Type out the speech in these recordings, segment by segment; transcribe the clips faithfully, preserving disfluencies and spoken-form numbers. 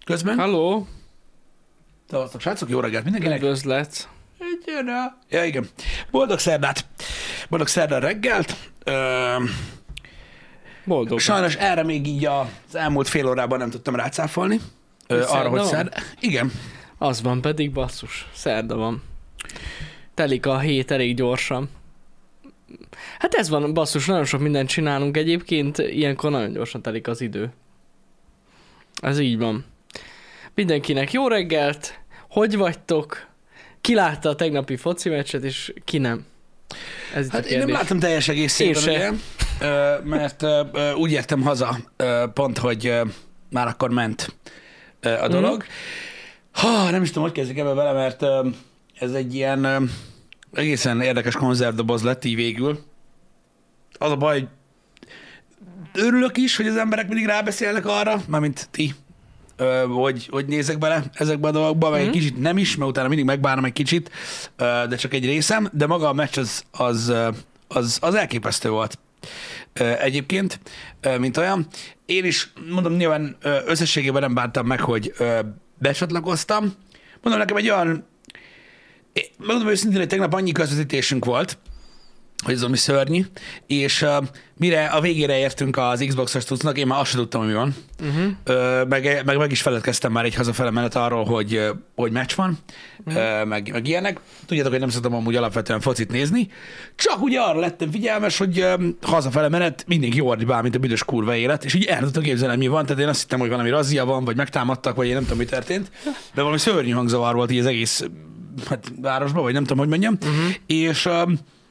közben. Halló, Szevasztok, srácok, jó reggelt mindenkinek. üdvözlet. Ja, igen. Boldog szerdát. Boldog szerdán reggelt. Ö, Boldog. sajnos erre még így az elmúlt fél órában nem tudtam rácáfolni. Ö, Hogy arra, szerda hogy van? szerda. Igen. Az van pedig, basszus, szerda van. Telik a hét elég gyorsan. Hát ez van, basszus, nagyon sok mindent csinálunk egyébként, ilyenkor nagyon gyorsan telik az idő. Ez így van. Mindenkinek jó reggelt, hogy vagytok? Ki látta a tegnapi foci meccset, és ki nem? Ez itt Hát a én nem kérdés. láttam teljes egészében, Én se. ugye, Ö, mert ö, ö, úgy értem haza ö, pont, hogy ö, már akkor ment ö, a dolog. Mhm. Ha, nem is tudom, hogy kezdjük ebbe vele, mert ö, ez egy ilyen ö, egészen érdekes konzervdoboz lett így végül. Az a baj, hogy örülök is, hogy az emberek mindig rábeszélnek arra, mármint ti, ö, hogy, hogy nézek bele ezekbe a dolgokba, meg Mhm. egy kicsit nem is, mert utána mindig megbánom egy kicsit, ö, de csak egy részem, de maga a meccs az, az, ö, az, az elképesztő volt ö, egyébként, ö, mint olyan. Én is, mondom, nyilván ö, összességében nem bántam meg, hogy ö, becsatlakoztam. Mondom, nekem egy olyan, én- megmondom őszintén, hogy tegnap annyi közvetítésünk volt, hogy ez ami szörnyű, és uh, mire a végére értünk az Xbox-os tudsznak, én már azt sem tudtam, hogy mi van. Uh-huh. Ö, meg, meg, meg is feledkeztem már egy hazafele menet arról, hogy, ö, hogy meccs van, uh-huh. meg, meg ilyenek. Tudjátok, hogy nem szoktam amúgy alapvetően focit nézni, csak ugye arra lettem figyelmes, hogy ö, hazafele menet mindig jó ordibál, mint a büdös kurva élet, és így el tudtam képzelni, mi van, tehát én azt hittem, hogy valami razzia van, vagy megtámadtak, vagy én nem tudom, mi történt, de valami szörnyű hangzavar volt így az egész hát, városban, vagy nem tudom, hogy mondjam, uh-huh. és ö,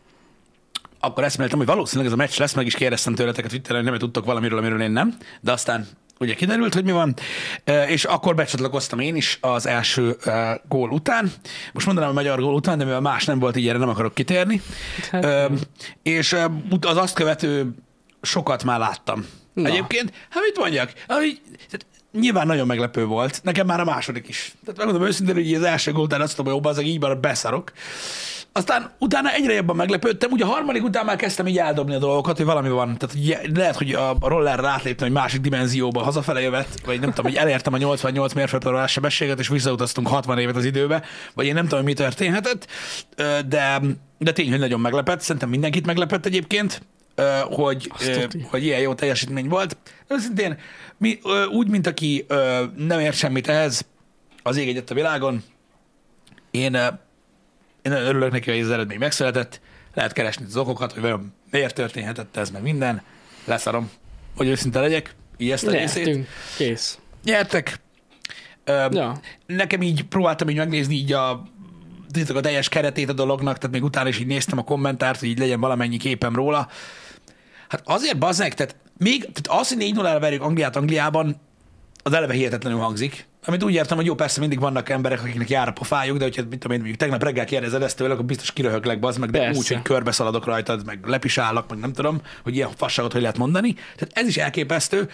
akkor eszméltem, hogy valószínűleg ez a meccs lesz, meg is kérdeztem tőletek a Twitteren, hogy nem tudtok valamiről, amiről én nem, de aztán ugye kiderült, hogy mi van, és akkor becsatlakoztam én is az első gól után. Most mondanám a magyar gól után, de mivel más nem volt, így erre nem akarok kitérni. Hát, És az azt követő sokat már láttam. Na. Egyébként, hát mit mondjak? Ahogy, tehát nyilván nagyon meglepő volt. Nekem már a második is. Tehát megmondom őszintén, hogy az első gól után azt mondom, hogy jó, az így már beszarok. Aztán utána egyre jobban meglepődtem, ugye a harmadik után már kezdtem így eldobni a dolgokat, hogy valami van. Tehát ugye, lehet, hogy a rollerre átléptem egy másik dimenzióba, hazafele jövet, vagy nem tudom, hogy elértem a nyolcvannyolc mérföldre sebességet, és visszautaztunk hatvan évet az időbe, vagy én nem tudom, hogy mi történhetett, de, de tény, hogy nagyon meglepett. Szerintem mindenkit meglepett egyébként, hogy, hogy ilyen jó teljesítmény volt. Őszintén, mi, úgy, mint aki nem ért semmit ehhez, az ég egyet a világon, én Én nagyon örülök neki, hogy ez az eredmény megszületett. Lehet keresni az okokat, hogy vajon miért történhetett ez, meg minden. Leszarom, hogy őszinte legyek. Így ezt a részét. nyertünk, kész. Nyertek. Ö, Ja. Nekem így próbáltam így megnézni így a, tudjátok, a teljes keretét a dolognak, tehát még utána is így néztem a kommentárt, hogy így legyen valamennyi képem róla. Hát azért bazzeg, tehát még tehát az, hogy négy nullára verjük Angliát Angliában, az eleve hihetetlenül hangzik. Amit úgy értem, hogy jó, persze mindig vannak emberek, akiknek jár a pofájuk, de hogyha mit tudom én, mondjuk tegnap reggel kérdezed ezt tőle, akkor biztos kiröhöglek, bazd meg, de Persze. úgy, hogy körbe szaladok rajtad, meg lepisálok, meg nem tudom, hogy ilyen fasságot hogy lehet mondani. Tehát ez is elképesztő.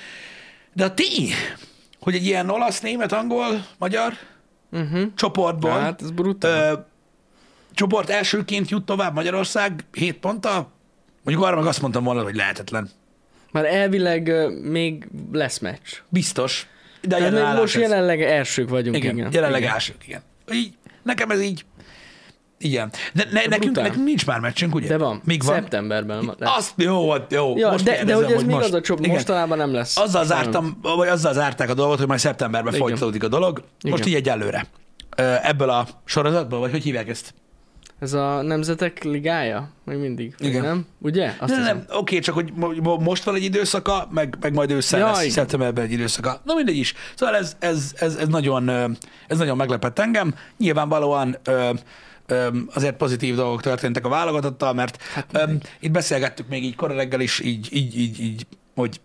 De a tény, hogy egy ilyen olasz, német, angol, magyar Uh-huh. csoportból, Hát, ez brutál. ö, csoport elsőként jut tovább Magyarország hét ponttal, mondjuk arra meg azt mondtam volna, hogy lehetetlen. Már elvileg ö, még lesz meccs. Biztos. De Tehát ilyen még állás most ez. jelenleg elsők vagyunk. Igen, Igen, jelenleg igen. elsők, igen. Így, nekem ez így, igen. De ne, nekünk, brutál. nekünk nincs már meccsünk, ugye? De van. Még van? Szeptemberben lesz. Azt, jó, hát jó. Ja, most de, de kérdezem, hogy ez még most. az a csop, Igen. mostanában nem lesz. Azzal Sajnos. zártam, vagy azzal zárták a dolgot, hogy majd szeptemberben Igen. folytatódik a dolog. Most Igen. így egyelőre. Ö, Ebből a sorozatból, vagy hogy hívják ezt? Ez a Nemzetek Ligája? Még mindig. Igen. Nem? Ugye? Azt Nem, hiszem. nem, oké, csak hogy mo- mo- most van egy időszaka, meg, meg majd ősszel Ja, lesz, igen. szeptemberben egy időszaka. Na mindegy is. Szóval ez, ez, ez, ez, nagyon, ö, ez nagyon meglepett engem. Nyilvánvalóan ö, ö, azért pozitív dolgok történtek a válogatottal, mert Hát ö, itt beszélgettük még így kora reggel is, így, így, így, így, hogy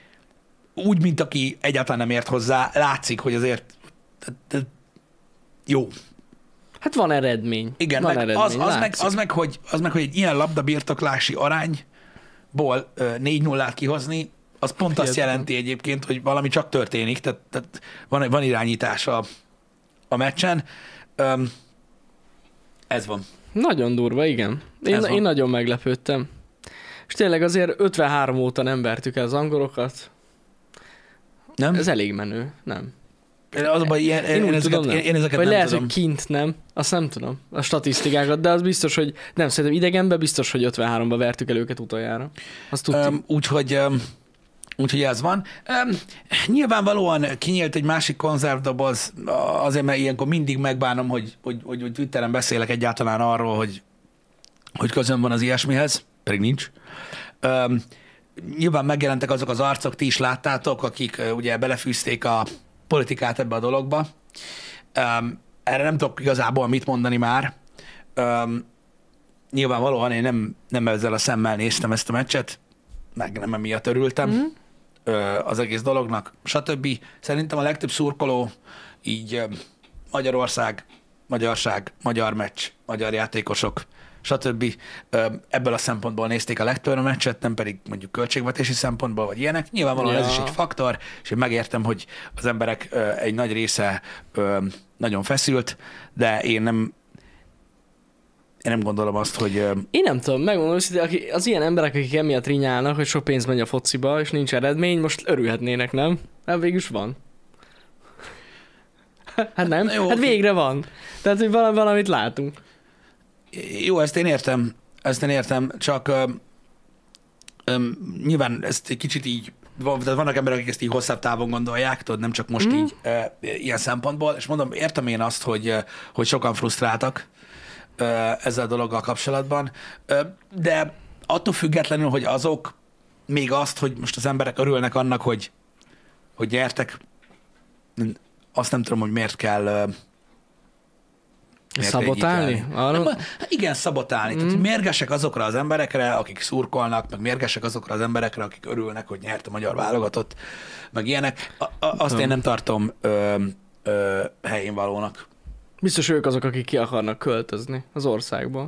úgy, mint aki egyáltalán nem ért hozzá, látszik, hogy azért jó. Hát van eredmény. Igen, van meg eredmény, az, az, meg, látszik. az, meg, hogy, az meg, hogy egy ilyen labdabirtoklási arányból ö, négy nullát kihozni, az pont azt Hihetetlen. jelenti egyébként, hogy valami csak történik, tehát, tehát van, van irányítás a, a meccsen. Öm, ez van. Nagyon durva, igen. Én, Ez van. én nagyon meglepődtem. És tényleg azért ötvenhárom óta nem vertük el az angolokat. Nem? Ez elég menő, nem? Az a baj, ilyen, Én, én, úgy ezeket, tudom, nem. én, én ezeket Vagy nem lehet, tudom. hogy kint nem. Azt nem tudom. A statisztikákat, de az biztos, hogy nem, szerintem idegenben biztos, hogy ötvenháromba vertük el őket utoljára. Azt tudtuk. Um, úgyhogy, um, úgyhogy ez van. Um, nyilvánvalóan kinyílt egy másik konzervdoboz, azért, mert ilyenkor mindig megbánom, hogy, hogy, hogy, hogy Twitteren beszélek egyáltalán arról, hogy, hogy közön van az ilyesmihez, pedig nincs. Um, nyilván megjelentek azok az arcok, ti is láttátok, akik uh, ugye belefűzték a politikát ebbe a dologba. Um, erre nem tudok igazából mit mondani már. Um, nyilvánvalóan én nem, nem ezzel a szemmel néztem ezt a meccset, meg nem emiatt örültem mm. az egész dolognak, stb. Szerintem a legtöbb szurkoló így Magyarország, magyarság, magyar meccs, magyar játékosok, stb. Ebből a szempontból nézték a legtöbb a meccset, nem pedig mondjuk költségvetési szempontból, vagy ilyenek. Nyilvánvalóan ja. ez is egy faktor, és én megértem, hogy az emberek egy nagy része nagyon feszült, de én nem Én nem gondolom azt, hogy... Én nem tudom, megmondom őszintén, az ilyen emberek, akik emiatt rinyálnak, hogy sok pénz megy a fociba, és nincs eredmény, most örülhetnének, nem? Hát végülis van. Hát nem? Jó, hát végre van. Tehát, hogy valamit látunk. Jó, ezt én értem. Ezt én értem, csak öm, öm, nyilván ezt egy kicsit így, vannak emberek, akik ezt így hosszabb távon gondolják, tudod, nem csak most mm. így e, ilyen szempontból, és mondom, értem én azt, hogy, hogy sokan frusztráltak ezzel a dologgal kapcsolatban, de attól függetlenül, hogy azok még azt, hogy most az emberek örülnek annak, hogy, hogy nyertek, azt nem tudom, hogy miért kell miért szabotálni? Nem, igen, szabotálni. Mm. Tehát mérgesek azokra az emberekre, akik szurkolnak, meg mérgesek azokra az emberekre, akik örülnek, hogy nyert a magyar válogatott, meg ilyenek. A, a, azt hmm. én nem tartom ö, ö, helyén valónak. Biztos ők azok, akik ki akarnak költözni az országból.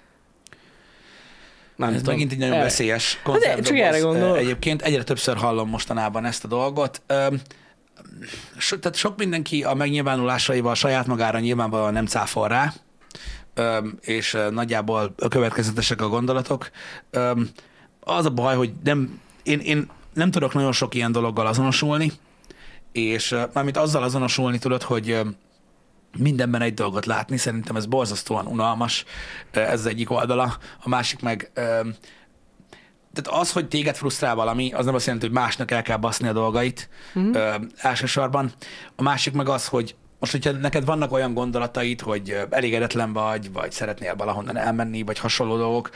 Nem Ez tudom. Megint egy nagyon El... veszélyes konceptdoboz. Csak erre gondolok. Egyébként egyre többször hallom mostanában ezt a dolgot. So, tehát sok mindenki a megnyilvánulásaival saját magára nyilvánvalóan nem cáfol rá, és nagyjából következetesek a gondolatok. Az a baj, hogy nem, én, én nem tudok nagyon sok ilyen dologgal azonosulni, és mármint azzal azonosulni tudod, hogy mindenben egy dolgot látni, szerintem ez borzasztóan unalmas, ez az egyik oldala, a másik meg, tehát az, hogy téged frusztrál valami, az nem azt jelenti, hogy másnak el kell baszni a dolgait mm-hmm. elsősorban. A másik meg az, hogy most, hogyha neked vannak olyan gondolataid, hogy elégedetlen vagy, vagy szeretnél valahonnan elmenni, vagy hasonló dolgok,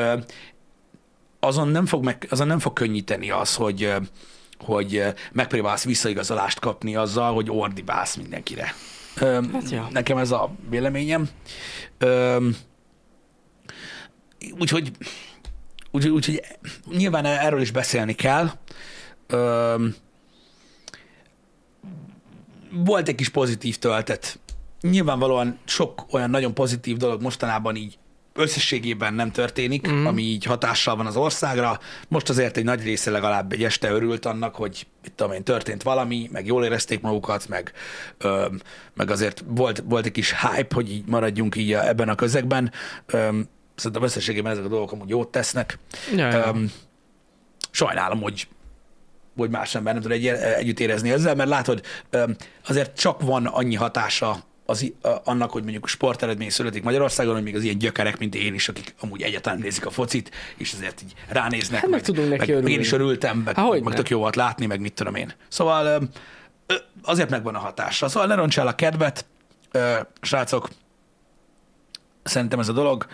azon nem fog, meg, azon nem fog könnyíteni az, hogy, hogy megpróbálsz visszaigazolást kapni azzal, hogy ordibálsz mindenkire. Hát ja. Nekem ez a véleményem. Úgyhogy úgy, úgyhogy nyilván erről is beszélni kell. Volt egy kis pozitív töltet. Nyilvánvalóan sok olyan nagyon pozitív dolog mostanában így összességében nem történik, mm. ami így hatással van az országra. Most azért egy nagy része legalább egy este örült annak, hogy itt tudom én, történt valami, meg jól érezték magukat, meg, ö, meg azért volt, volt egy kis hype, hogy így maradjunk így ebben a közegben. Ö, szerintem összességében ezek a dolgok amúgy jót tesznek. Ja, ja. Ö, sajnálom, hogy hogy más ember nem tud egy, együtt érezni ezzel, mert látod, azért csak van annyi hatása az, annak, hogy mondjuk sporteredmény születik Magyarországon, hogy még az ilyen gyökerek, mint én is, akik amúgy egyáltalán nézik a focit, és azért így ránéznek, hát meg, meg, meg, meg én is örültem, meg, Há, meg tök jó volt látni, meg mit tudom én. Szóval azért megvan a hatása. Szóval ne roncs el a kedvet, srácok, szerintem ez a dolog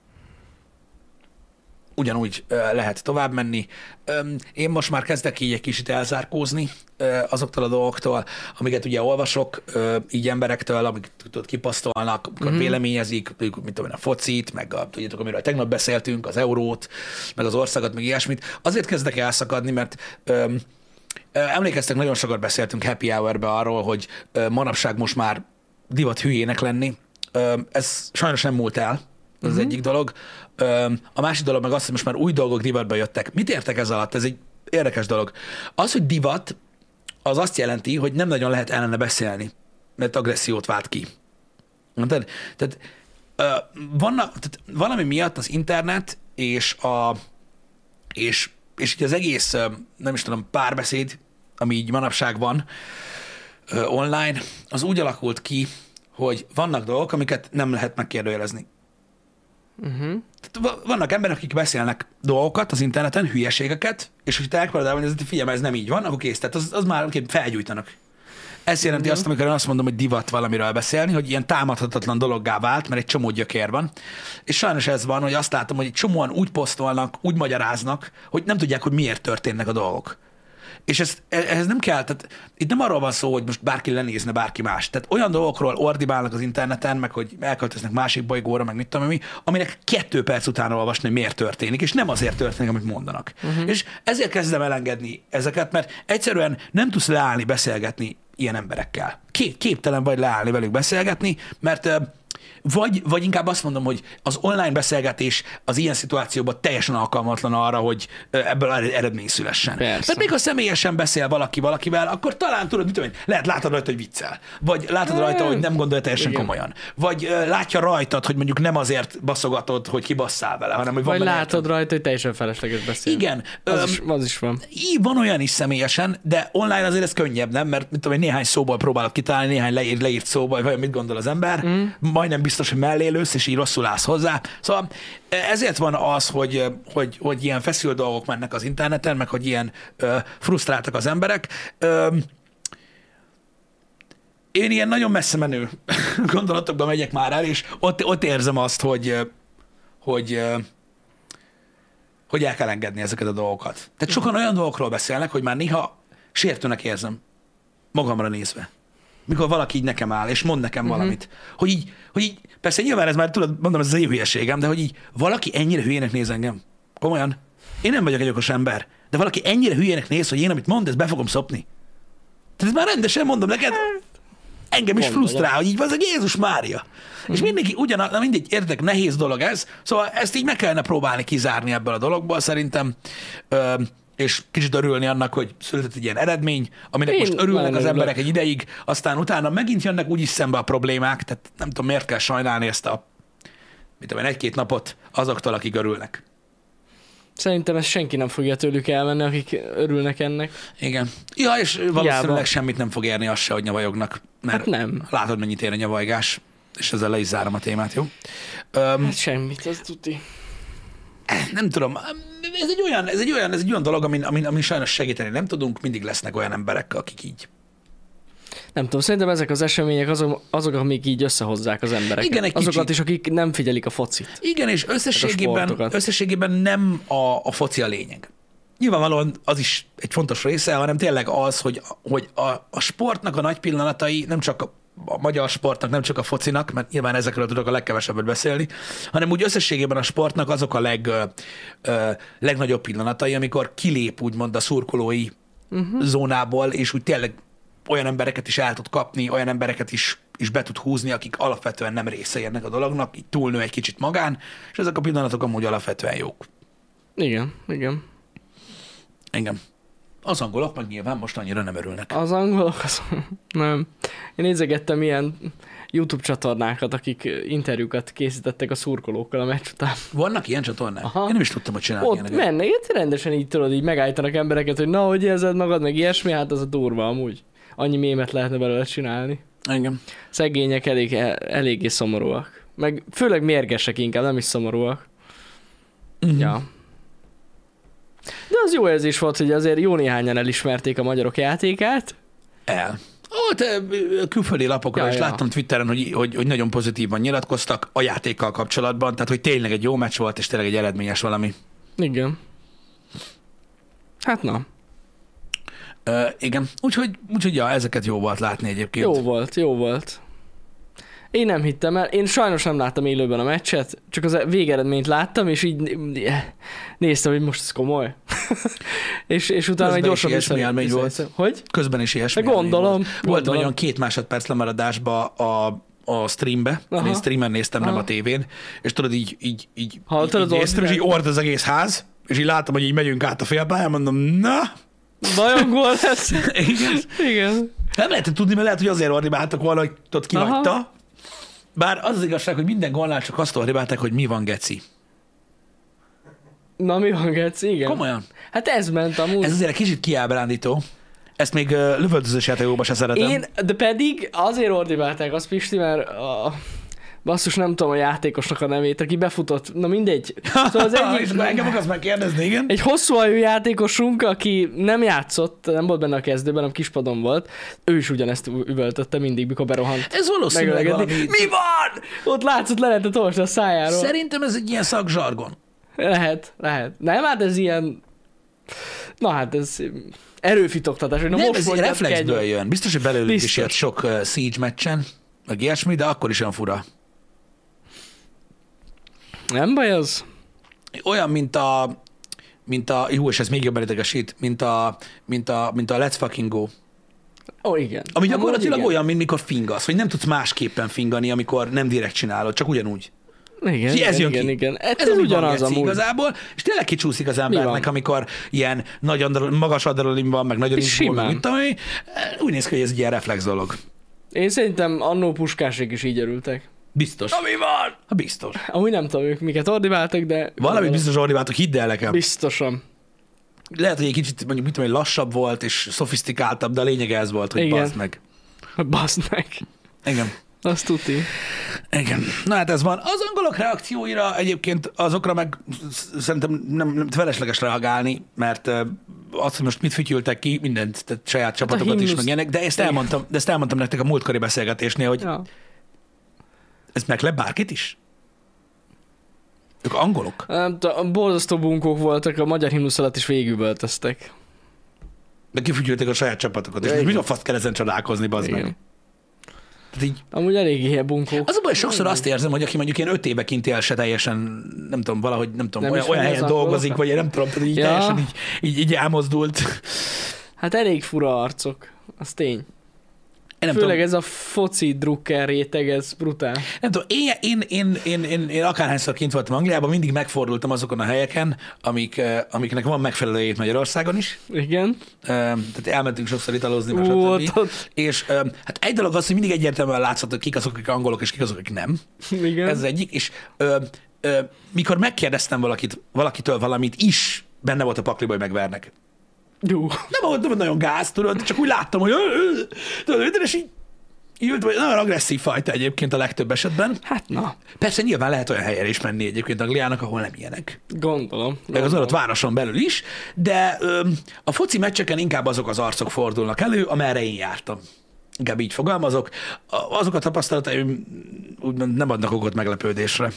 ugyanúgy lehet tovább menni. Én most már kezdek így egy kicsit elzárkózni azoktól a dolgoktól, amiket ugye olvasok így emberektől, amik tudod, kipasztolnak, mm-hmm. véleményezik, mint tudom, a focit, meg a, tudjátok, amiről tegnap beszéltünk, az eurót, meg az országot, meg ilyesmit. Azért kezdek elszakadni, mert öm, emlékeztek, nagyon sokat beszéltünk happy hour-be arról, hogy manapság most már divat hülyének lenni. Ez sajnos nem múlt el. Ez az uh-huh. egyik dolog. A másik dolog meg az, hogy most már új dolgok divatba jöttek. Mit értek ez alatt? Ez egy érdekes dolog. Az, hogy divat, az azt jelenti, hogy nem nagyon lehet ellene beszélni, mert agressziót vált ki. Tehát, tehát, vannak, tehát valami miatt az internet és, a, és, és az egész, nem is tudom, párbeszéd, ami így manapság van, ö, online, az úgy alakult ki, hogy vannak dolgok, amiket nem lehet megkérdőjelezni. Uh-huh. Tehát vannak emberek, akik beszélnek dolgokat az interneten, hülyeségeket, és hogy te elkezded elmondani, hogy figyelj, ez nem így van, akkor kész. Tehát az, az már felgyújtanak. Ez jelenti uh-huh. azt, amikor én azt mondom, hogy divat valamiről beszélni, hogy ilyen támadhatatlan dologgá vált, mert egy csomó gyökér van. És sajnos ez van, hogy azt látom, hogy egy csomóan úgy posztolnak, úgy magyaráznak, hogy nem tudják, hogy miért történnek a dolgok. És ez, ehhez nem kell, tehát itt nem arról van szó, hogy most bárki lenézne bárki más. Tehát olyan dolgokról ordibálnak az interneten, meg hogy elköltöznek másik bolygóra, meg mit tudom mi, aminek kettő perc után olvasni, hogy miért történik, és nem azért történik, amit mondanak. Uh-huh. És ezért kezdem elengedni ezeket, mert egyszerűen nem tudsz leállni, beszélgetni ilyen emberekkel. Kép, képtelen vagy leállni velük beszélgetni, mert Vagy, vagy inkább azt mondom, hogy az online beszélgetés az ilyen szituációban teljesen alkalmatlan arra, hogy ebből eredmény szülessen. Persze. Mert még ha személyesen beszél valaki valakivel, akkor talán tudod, mit tudom én, lehet látod rajta, hogy viccel. Vagy látod rajta, hogy nem gondolja teljesen Igen. komolyan. Vagy uh, látja rajtad, hogy mondjuk nem azért baszogatod, hogy kibasszál vele, hanem hogy van Vagy benne látod érted. rajta, hogy teljesen felesleges beszél. Igen. Az, öm, is, az is van. Így van olyan is személyesen, de online azért ez könnyebb, nem? Mert mit tudom, én, néhány szóból próbálod kitalálni, néhány leírt, leírt szóból, vagy mit gondol az ember, mm. majdnem biztos, hogy mellé lősz, és így rosszul állsz hozzá. Szóval ezért van az, hogy, hogy, hogy ilyen feszült dolgok mennek az interneten, meg hogy ilyen ö, frusztráltak az emberek. Ö, én ilyen nagyon messze menő gondolatokban megyek már el, és ott, ott érzem azt, hogy, hogy, hogy el kell engedni ezeket a dolgokat. Tehát sokan olyan dolgokról beszélnek, hogy már néha sértőnek érzem magamra nézve. Mikor valaki így nekem áll, és mond nekem uh-huh. valamit. Hogy így, hogy így, persze nyilván ez már, tudod, mondom, ez az én hülyeségem, de hogy így valaki ennyire hülyének néz engem. Komolyan. Én nem vagyok egy okos ember, de valaki ennyire hülyének néz, hogy én, amit mond, ezt be fogom szopni. Tehát ez már rendesen mondom neked, engem is frusztrál, hogy így van, az a Jézus Mária. Uh-huh. És mindenki ugyanaz, na mindegy, értek, nehéz dolog ez, szóval ezt így meg kellene próbálni kizárni ebből a dologból szerintem. Ö, és kicsit örülni annak, hogy született egy ilyen eredmény, aminek Én most örülnek az emberek egy ideig, aztán utána megint jönnek úgyis szembe a problémák, tehát nem tudom, miért kell sajnálni ezt a mit tudom, egy-két napot azoktól, akik örülnek. Szerintem ezt senki nem fogja tőlük elmenni, akik örülnek ennek. Igen. Ja, és valószínűleg Hiába. semmit nem fog érni az se, hogy nyavajognak. Mert Hát nem. Látod, mennyit ér a nyavajgás, és ezzel le is zárom a témát, jó? Um, Hát semmit, az tuti. Nem tudom, ez egy olyan, ez egy olyan, ez egy olyan dolog, amin, amin, amin sajnos segíteni nem tudunk, mindig lesznek olyan emberek, akik így. Nem tudom, szerintem ezek az események azok, azok amik így összehozzák az embereket. Igen, egy Azokat kicsit. is, akik nem figyelik a focit. Igen, és összességében, sportokat. összességében nem a, a foci a lényeg. Nyilvánvalóan az is egy fontos része, hanem tényleg az, hogy, hogy a, a sportnak a nagy pillanatai nem csak a, a magyar sportnak, nem csak a focinak, mert nyilván ezekről tudok a legkevesebbet beszélni, hanem úgy összességében a sportnak azok a leg, ö, ö, legnagyobb pillanatai, amikor kilép úgymond a szurkolói uh-huh. zónából, és úgy tényleg olyan embereket is el tud kapni, olyan embereket is, is be tud húzni, akik alapvetően nem részei ennek a dolognak, így túlnő egy kicsit magán, és ezek a pillanatok amúgy alapvetően jók. Igen, igen. Engem. Az angolok meg nyilván most annyira nem örülnek. Az angolok, az... nem. Én nézegettem ilyen YouTube csatornákat, akik interjúkat készítettek a szurkolókkal a meccs után. Vannak ilyen csatornák? Aha. Én nem is tudtam, hogy csinálni Ott ilyeneket. mennek, itt rendesen így tudod, így megállítanak embereket, hogy na, hogy érzed magad, meg ilyesmi, hát az a durva amúgy. Annyi mémet lehetne belőle csinálni. Engem. Szegények elég, eléggé szomorúak. Meg főleg mérgesek inkább, nem is szomorúak. Uh-huh. Ja. De az jó érzés volt, hogy azért jó néhányan elismerték a magyarok játékát. El. Ó, te külföldi lapokra Ja, is ja. láttam Twitteren, hogy, hogy, hogy nagyon pozitívan nyilatkoztak a játékkal kapcsolatban, tehát hogy tényleg egy jó meccs volt, és tényleg egy eredményes valami. Igen. Hát na. Uh, igen. Úgyhogy, úgyhogy ja, ezeket jó volt látni egyébként. Jó volt, jó volt. Én nem hittem el, én sajnos nem láttam élőben a meccset, csak az végeredményt láttam, és így néztem, hogy most ez komoly. és, és utána egy gyorsan ilyesmi élmény volt. Hogy? Közben is ilyesmi. De gondolom. Volt. Voltam gondolom. olyan két másodperc lemaradásba a, a streambe, Aha. én streamen néztem, Aha. nem a tévén, és tudod, így, így, így, Hallottad így az néztem, és így ord az egész ház, és így láttam, hogy így megyünk át a félpályán, mondom, na, Vajon gól lesz? igen. Igen. Nem lehet tudni, mert lehet, hogy azért ordibáltak volna, hogy tudod, kihagyta. Bár az az igazság, hogy minden gólnál csak azt ordibálták, hogy mi van, geci. Na mi van, Geci? Igen. Komolyan. Hát ez ment amúgy. Ez azért egy kicsit kiábrándító. ezt még uh, lövöldözős játékokban se szeretem. Én, de pedig azért ordibálták azt, Pisti, mert a... basszus, nem tudom a játékosnak a nevét, aki befutott, na mindegy. Szóval az egyik, és akkor engem akarsz megkérdezni, igen? egy hosszú hajú játékosunk, aki nem játszott, nem volt benne a kezdőben, hanem kispadon volt, ő is ugyanezt üvöltötte mindig, mikor berohant. Ez valószínűleg valami... Mi van? Ott látszott, le lehetett olvasni a szájáról. Szerintem ez egy ilyen szakzsargon. Lehet, lehet. Nem, hát ez ilyen... Na hát ez erőfitoktatás, hogy na Nem, most ez mondjad reflexből egy... jön. Biztos, hogy belőlük is Biztos. jött sok uh, Siege meccsen, meg ilyesmi, de akkor is olyan fura. Nem baj az? Olyan, mint a... mint a... Jó, és ez még jobban idegesít, mint a, mint a, mint a Let's Fucking Go. Ó, oh, igen. Ami Amúgy gyakorlatilag igen. olyan, mint mikor fingasz, hogy nem tudsz másképpen fingani, amikor nem direkt csinálod, csak ugyanúgy. Igen, És ez igen, jön igen, ki. igen. Ez, Ez ez az ugyanaz ugyanaz amúgy. igazából, és tényleg kicsúszik az embernek, van? amikor ilyen nagy adrenalin, magas adrenalin van, meg nagyon És izgulnak, simán. mit tudom én. Úgy néz ki, hogy ez egy ilyen reflex dolog. Én szerintem annó puskásék is így örültek. Biztos. Ami van? Ha biztos. Amúgy nem tudom ők miket ordibáltak, de... Valami biztos ordibáltok, hidd el nekem. Biztosan. Lehet, hogy egy kicsit mondjuk, mit tudom, én, lassabb volt és szofisztikáltabb, de a lényeg ez volt, hogy Igen. bazd meg. Baszd meg. Igen. Azt tuti. Igen. Na hát ez van. Az angolok reakcióira egyébként azokra meg szerintem nem, nem felesleges reagálni, mert uh, azt, hogy most mit fütyültek ki, mindent, tehát saját csapatokat is, himnusz- meg ilyenek, de ezt elmondtam, de ezt elmondtam nektek a múltkori beszélgetésnél, hogy Ja. ez meglep bárkit is? Ők angolok? Nem tudom, borzasztó bunkók voltak, a magyar himnusz alatt is végigüvöltöztek. De kifütyülték a saját csapatokat, és Ja, most mi igen. a fasz kell ezen csodálkozni, bazd meg? Igen. Tehát így, Amúgy elég ilyen bunkók. az a baj, sokszor azt érzem, hogy aki mondjuk ilyen öt éve kint él, se teljesen, nem tudom, valahogy, nem tudom, Nem olyan, ismeri olyan az helyen dolgozik, angolokat? vagy én nem tudom, tehát így Ja. teljesen így, így, így elmozdult. Hát elég fura arcok. Az tény. Én nem Főleg tudom, ez a foci drukker réteg, ez brutál. nem tudom, én, én, én, én, én, én akárhányszor kint voltam Angliában, mindig megfordultam azokon a helyeken, amik, eh, amiknek van megfelelője itt Magyarországon is. Igen. Eh, Tehát elmentünk sokszor italozni, meg Ú, ott, stb. ott. És eh, hát egy dolog az, hogy mindig egyértelműen látszott, hogy kik azok, akik angolok, és kik azok, akik nem. Igen. Ez az egyik, és ö, ö, mikor megkérdeztem valakit, valakitől valamit is, benne volt a pakliba, hogy megvernek. Jó. Nem volt, nem volt nagyon gáz, tudod, csak úgy láttam, hogy ö, ö, tudod, és így ült, vagy nagyon agresszív fajta egyébként a legtöbb esetben. Hát na, Persze nyilván lehet olyan helyre is menni egyébként Angliának, ahol nem ilyenek. gondolom. Meg az gondolom. adott városon belül is, de ö, a foci meccseken inkább azok az arcok fordulnak elő, amerre én jártam. Inkább így fogalmazok. A- Azok a tapasztalataim úgymond nem adnak okot meglepődésre.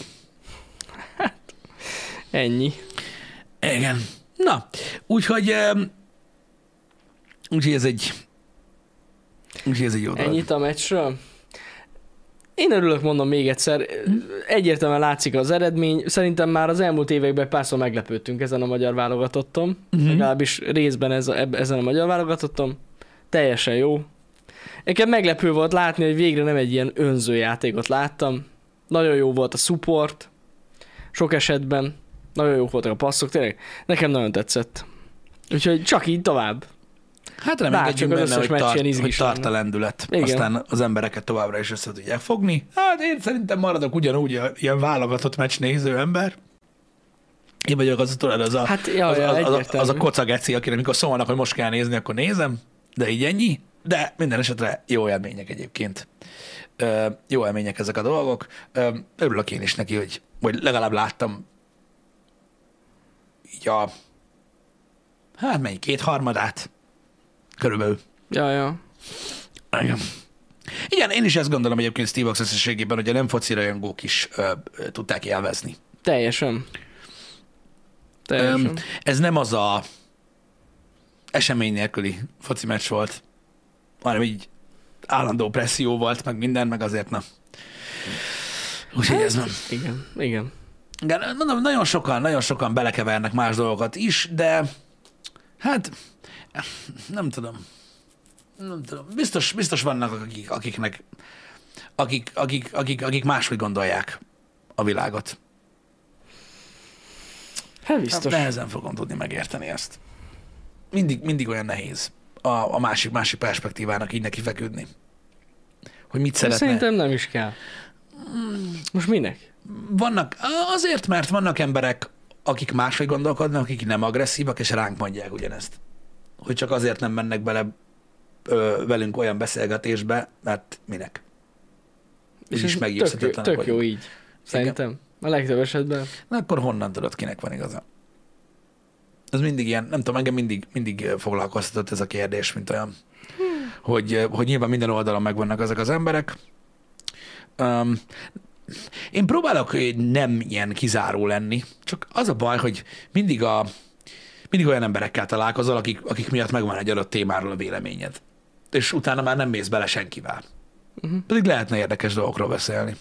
Ennyi. Igen. Na, úgyhogy, em, úgyhogy ez egy, úgyhogy ez egy jó dolog. Ennyit a meccsről. Én örülök, mondom még egyszer. Egyértelműen látszik az eredmény. Szerintem már az elmúlt években párszor meglepődtünk ezen a magyar válogatotton. Mhm. Legalábbis részben ez a, eb- ezen a magyar válogatotton. Teljesen jó. Nekem meglepő volt látni, hogy végre nem egy ilyen önző játékot láttam. Nagyon jó volt a support. Sok esetben. Nagyon jók voltak a passzok, tényleg. Nekem nagyon tetszett. Úgyhogy csak így tovább. Hát Bárcsak reménykedjünk az benne, összes hogy, meccs tart, ilyen hogy izgis tart a lenne. lendület. Igen. Aztán az embereket továbbra is össze tudják fogni. Hát én szerintem maradok ugyanúgy a- ilyen válogatott meccs néző ember. Én vagyok az, tudod, az a, Hát, ja, az, ja, az, az, az, egyértelmű. az a kocageci, akire amikor szólnak, hogy most kell nézni, akkor nézem, de így ennyi. De minden esetre jó élmények egyébként. Ö, jó élmények ezek a dolgok. Ö, örülök én is neki, hogy, hogy legalább láttam így a hát mennyi, kétharmadát körülbelül. Ja, ja. Igen. Igen, én is ezt gondolom egyébként Steve Ox összességében, hogy a nem foci rajongók is ö, ö, tudták élvezni. Teljesen. Teljesen. Öm, ez nem az a esemény nélküli foci meccs volt, hanem így állandó presszió volt, meg minden, meg azért na. Úgyhogy ez nem. Igen, igen. Igen, mondom, nagyon sokan, nagyon sokan belekevernek más dolgokat is, de hát nem tudom. Nem tudom. Biztos, biztos vannak, akik, akiknek, akik, akik, akik, akik máshogy gondolják a világot. Hát Hát biztos. nehezen fogom tudni megérteni ezt. Mindig, mindig olyan nehéz a, a másik, másik perspektívának így neki feküdni. Hogy mit szeretne. Szerintem nem is kell. Most minek? Vannak, azért, mert vannak emberek, akik máshogy gondolkodnak, akik nem agresszívak, és ránk mondják ugyanezt. Hogy csak azért nem mennek bele ö, velünk olyan beszélgetésbe, mert minek? És Is ez meggyőzhetetlenek tök, tök jó vagyunk. így. Szerintem. A legtöbb esetben. Na akkor honnan tudod, kinek van igaza? Ez mindig ilyen, nem tudom, engem mindig, mindig foglalkoztatott ez a kérdés, mint olyan, hmm. hogy, hogy nyilván minden oldalon megvannak ezek az emberek. Um, én próbálok nem ilyen kizáró lenni, csak az a baj, hogy mindig, a, mindig olyan emberekkel találkozol, akik, akik miatt megvan egy adott témáról a véleményed. És utána már nem mész bele senkivel. Uh-huh. Pedig lehetne érdekes dolgokról beszélni.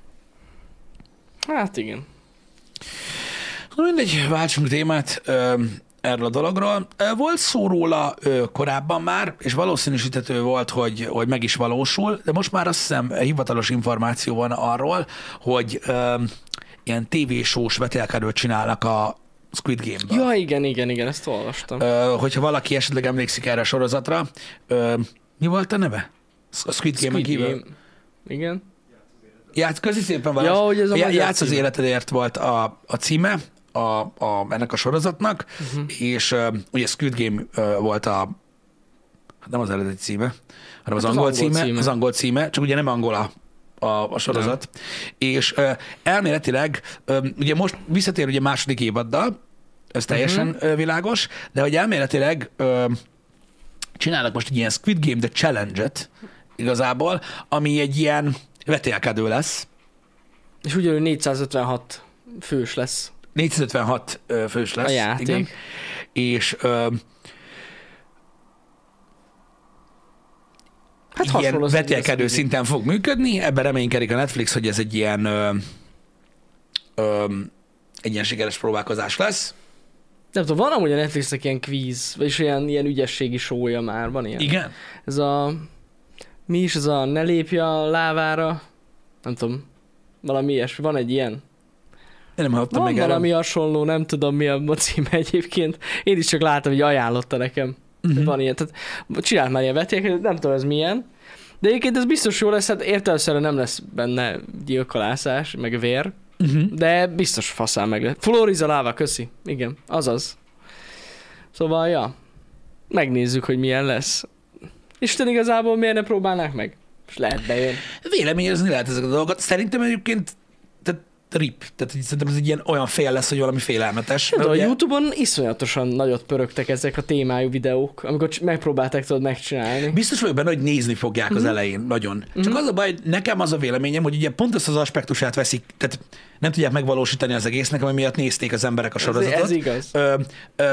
Hát igen. Mindegy, váltsunk témát ö, erről a dologról. Volt szó róla ö, korábban már, és valószínűsíthető volt, hogy, hogy meg is valósul, de most már azt hiszem hivatalos információ van arról, hogy ö, ilyen tévésós vetélkedőt csinálnak a Squid Game-ben. Ja, igen, igen, igen, ezt olvastam. Ö, hogyha valaki esetleg emlékszik erre a sorozatra, ö, mi volt a neve? A Squid Game-en kívül? Game. Igen. Játsz, köszi szépen Ja, hogy ez a Já, magyar Játsz az címe. életedért volt a, a címe a, a, ennek a sorozatnak, uh-huh. és uh, ugye Squid Game uh, volt a, nem az eredeti címe, hanem az, Hát angol, az angol címe, címe. az angol címe, csak ugye nem angol a, a, a sorozat. Nem. És uh, elméletileg, um, ugye most visszatér ugye második évaddal, ez teljesen uh-huh. uh, világos, de hogy elméletileg uh, csinálnak most egy ilyen Squid Game The Challenge-et igazából, ami egy ilyen vetélkedő lesz. És ugyanúgy négyszázötvenhat fős lesz. négyszázötvenhat ö, fős lesz. A játék. Igen. És ö, Hát ilyen az vetélkedő egész szinten fog működni. Ebben reménykedik a Netflix, hogy ez egy ilyen ö, ö, egy ilyen sikeres próbálkozás lesz. Nem tudom, van amúgy a Netflixnek ilyen kvíz, vagyis ilyen, ilyen ügyességi show-ja már, van ilyen. Igen? Ez a... Mi is ez a ne lépj a lávára? Nem tudom. Valami ilyesmi. Van egy ilyen. Én nem hallottam Van még valami erről. hasonló, nem tudom mi a címe egyébként. Én is csak láttam, hogy ajánlotta nekem. Uh-huh. Van ilyen. Tehát csinált már ilyen vetélkedőt, nem tudom ez milyen. De egyébként ez biztos jó lesz, hát értelemszerűen nem lesz benne gyilkolászás, meg vér. Uh-huh. De biztos faszán meg lesz. Floriza láva, köszi. Igen, azaz. Szóval, ja. Megnézzük, hogy milyen lesz. Isten igazából miért ne próbálnák meg? És lehet bejön. Véleményezni lehet ezeket a dolgokat. Szerintem egyébként tehát rip. Tehát így szerintem ez egy ilyen olyan fél lesz, hogy valami félelmetes. Nem tudom, a ugye- YouTube-on iszonyatosan nagyot pörögtek ezek a témájú videók, amikor c- megpróbálták tudod megcsinálni. Biztos vagyok benne, hogy nézni fogják az elején, nagyon. Csak az a baj, nekem az a véleményem, hogy ugye pont ezt az aspektusát veszik, tehát nem tudják megvalósítani az egésznek, ami miatt nézték az emberek a sorozatot. Ez igaz. Ö, ö,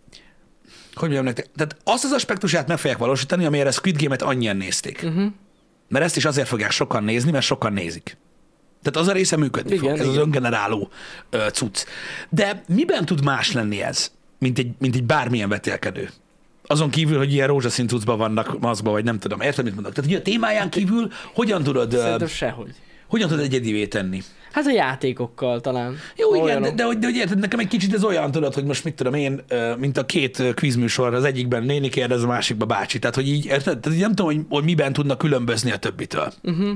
hogy mondjam nektek? Tehát azt az aspektusát meg fogják valósítani, amire a Squid Game-et annyian nézték. Uh-huh. Mert ezt is azért fogják sokan nézni, mert sokan nézik. Tehát az a része működni Igen, fog, ez igen. az öngeneráló ö, cucc. De miben tud más lenni ez, mint egy, mint egy bármilyen vetélkedő? Azon kívül, hogy ilyen rózsaszín cuccban vannak maszkba, vagy nem tudom. Érted, mit mondok? Tehát ugye a témáján kívül hogyan tudod, ö, Szerintem sehogy. hogyan tudod egyedivé tenni? Hát a játékokkal talán. Jó, igen, Olyanok. de, de, hogy, de hogy érted, nekem egy kicsit ez olyan, tudod, hogy most mit tudom én, ö, mint a két ö, kvízműsor, az egyikben néni kérdez, a másikban bácsi. Tehát, hogy így, érted? Tehát így nem tudom, hogy, hogy miben tudnak különbözni a többitől. Uh-huh.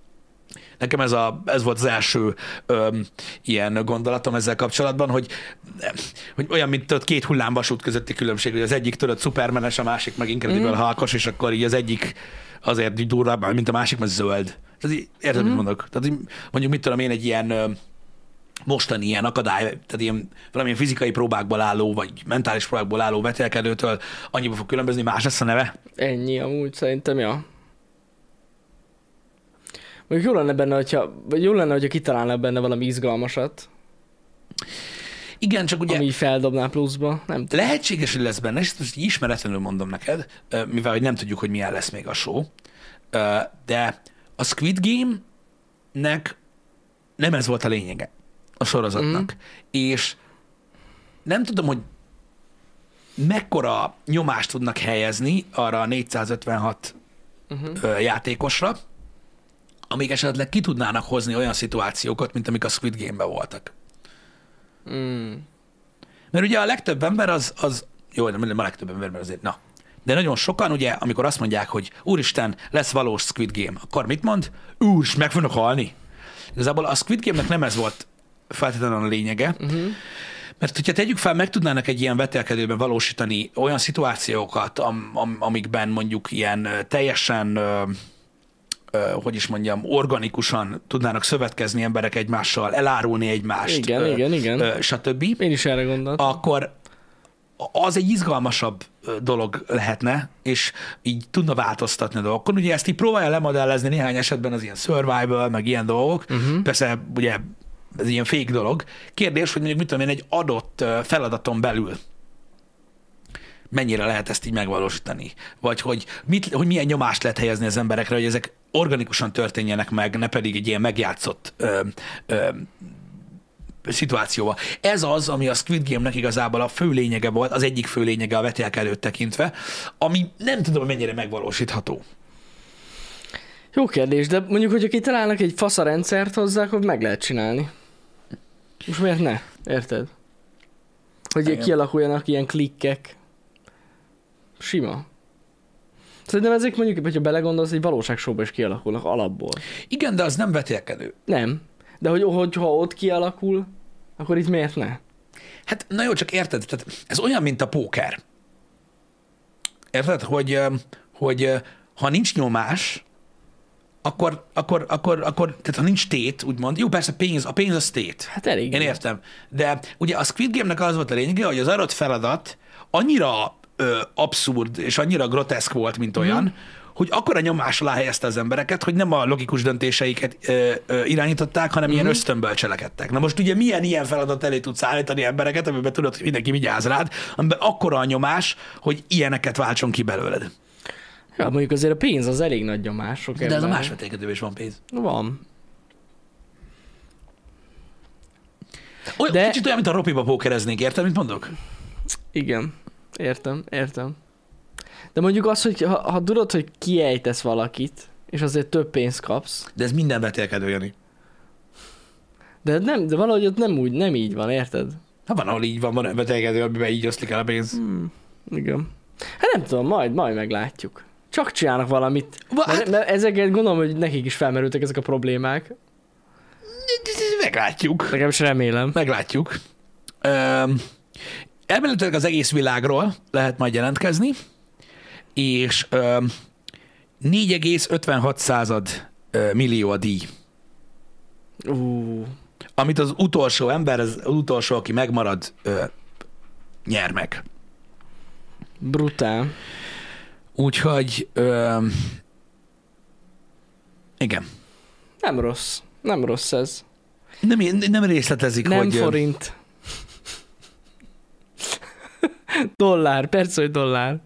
Nekem ez, a, ez volt az első öm, ilyen gondolatom ezzel kapcsolatban, hogy, hogy olyan, mint tudod, két hullámvasút közötti különbség, hogy az egyik tudod szupermenes, a másik meg Incredible mm. Hulkos, és akkor így az egyik azért így durvább, mint a másik, mert zöld. Tehát így, érted, mm. mit mondok? Tehát így, mondjuk mit tudom én, egy ilyen ö, mostani ilyen akadály, tehát ilyen valamilyen fizikai próbákból álló, vagy mentális próbákból álló vetélkedőtől annyiba fog különbözni, más lesz a neve. Ennyi amúgy szerintem, ja. Mondjuk jó lenne benne, hogyha, vagy jó lenne, hogyha kitalálnak benne valami izgalmasat, Igen, csak ugye... ami így feldobná pluszba. Nem tudom. Lehetséges, hogy lesz benne, és ezt most így ismeretlenül mondom neked, ö, mivel hogy nem tudjuk, hogy milyen lesz még a show, ö, de a Squid Game-nek nem ez volt a lényege a sorozatnak. Mm. És nem tudom, hogy mekkora nyomást tudnak helyezni arra a négyszázötvenhat Uh-huh. ö, játékosra, amíg esetleg ki tudnának hozni olyan szituációkat, mint amik a Squid Game-ben voltak. Mm. Mert ugye a legtöbb ember az, az jó, nem, nem a legtöbb ember, mert azért, na. De nagyon sokan ugye, amikor azt mondják, hogy úristen, lesz valós Squid Game, akkor mit mond? Úr, meg fognak halni. Igazából a Squid Game-nek nem ez volt feltétlenül a lényege, uh-huh. Mert hogyha tegyük fel, meg tudnának egy ilyen vetélkedőben valósítani olyan szituációkat, am, am, amikben mondjuk ilyen ö, teljesen, ö, ö, hogy is mondjam, organikusan tudnának szövetkezni emberek egymással, elárulni egymást, Igen, ö, igen, igen. Ö, stb. Én is erre gondoltam. Akkor az egy izgalmasabb ö, dolog lehetne, és így tudna változtatni a dolgokon. Ugye ezt így próbálja lemodellezni néhány esetben az ilyen survival, meg ilyen dolgok. Uh-huh. Persze ugye ez ilyen fake dolog. Kérdés, hogy mondjuk mit tudom én, egy adott ö, feladaton belül mennyire lehet ezt így megvalósítani. Vagy hogy, mit, hogy milyen nyomást lehet helyezni az emberekre, hogy ezek organikusan történjenek meg, ne pedig egy ilyen megjátszott ö, ö, szituációval. Ez az, ami a Squid Game-nek igazából a fő lényege volt, az egyik fő lényege a vetélkedőt tekintve, ami nem tudom, hogy mennyire megvalósítható. Jó kérdés, de mondjuk, hogyha kitalálnak egy fasz a rendszert hozzá, akkor meg lehet csinálni. Most miért ne? Érted? Hogy Igen. kialakuljanak ilyen klikkek. Sima. Szerintem ezek mondjuk, hogyha belegondolsz, egy valóságsóban is kialakulnak alapból. Igen, de az nem vetélkedő. Nem. De hogy, hogyha ott kialakul, akkor itt miért ne? Hát, na jó, csak érted, tehát ez olyan, mint a póker. Érted, hogy, ö, hogy ö, ha nincs nyomás, akkor, akkor, akkor, akkor, tehát ha nincs tét, úgymond, jó, persze pénz, a pénz az tét. Hát elég. Én értem. De ugye a Squid Game-nek az volt a lényege, hogy az adott feladat annyira ö, abszurd és annyira groteszk volt, mint olyan, mm. hogy akkora nyomás alá helyezte az embereket, hogy nem a logikus döntéseiket ö, ö, irányították, hanem mm. ilyen ösztönből cselekedtek. Na most ugye milyen ilyen feladat elé tudsz állítani embereket, amiben tudod, hogy mindenki vigyáz rád, amiben akkora a nyomás, hogy ilyeneket váltson ki belőled. Ja, mondjuk azért a pénz az elég nagy nyomás. Sok De ez a ember. más vetélkedőben is van pénz. Van. Olyan, De- Kicsit olyan, mint a ropiba pókereznék, érted, mit mondok? Igen. Értem, értem. De mondjuk az, hogy ha, ha tudod, hogy kiejtesz valakit, és azért több pénzt kapsz, De ez minden vetélkedő, Jani. de nem, de valahogy ott nem úgy, nem így van, érted? Ha van, ahol így van, van vetélkedő, amiben így oszlik el a pénz. Hmm, igen. Hát nem tudom, majd, majd meglátjuk. Csak csinálnak valamit. Va- Mert, hát- mert ezeket gondolom, hogy nekik is felmerültek ezek a problémák. Meglátjuk. Legalábbis remélem. Meglátjuk. Öm, elméletileg az egész világról lehet majd jelentkezni, és öm, négy egész ötvenhat század ö, millió a díj. Ú, Amit az utolsó ember, az utolsó, aki megmarad, ö, nyer meg. brutál. Úgyhogy öm, igen. Nem rossz. Nem rossz ez. Nem, nem részletezik, Nem hogy... ö, forint. Dollár, persze, hogy dollár.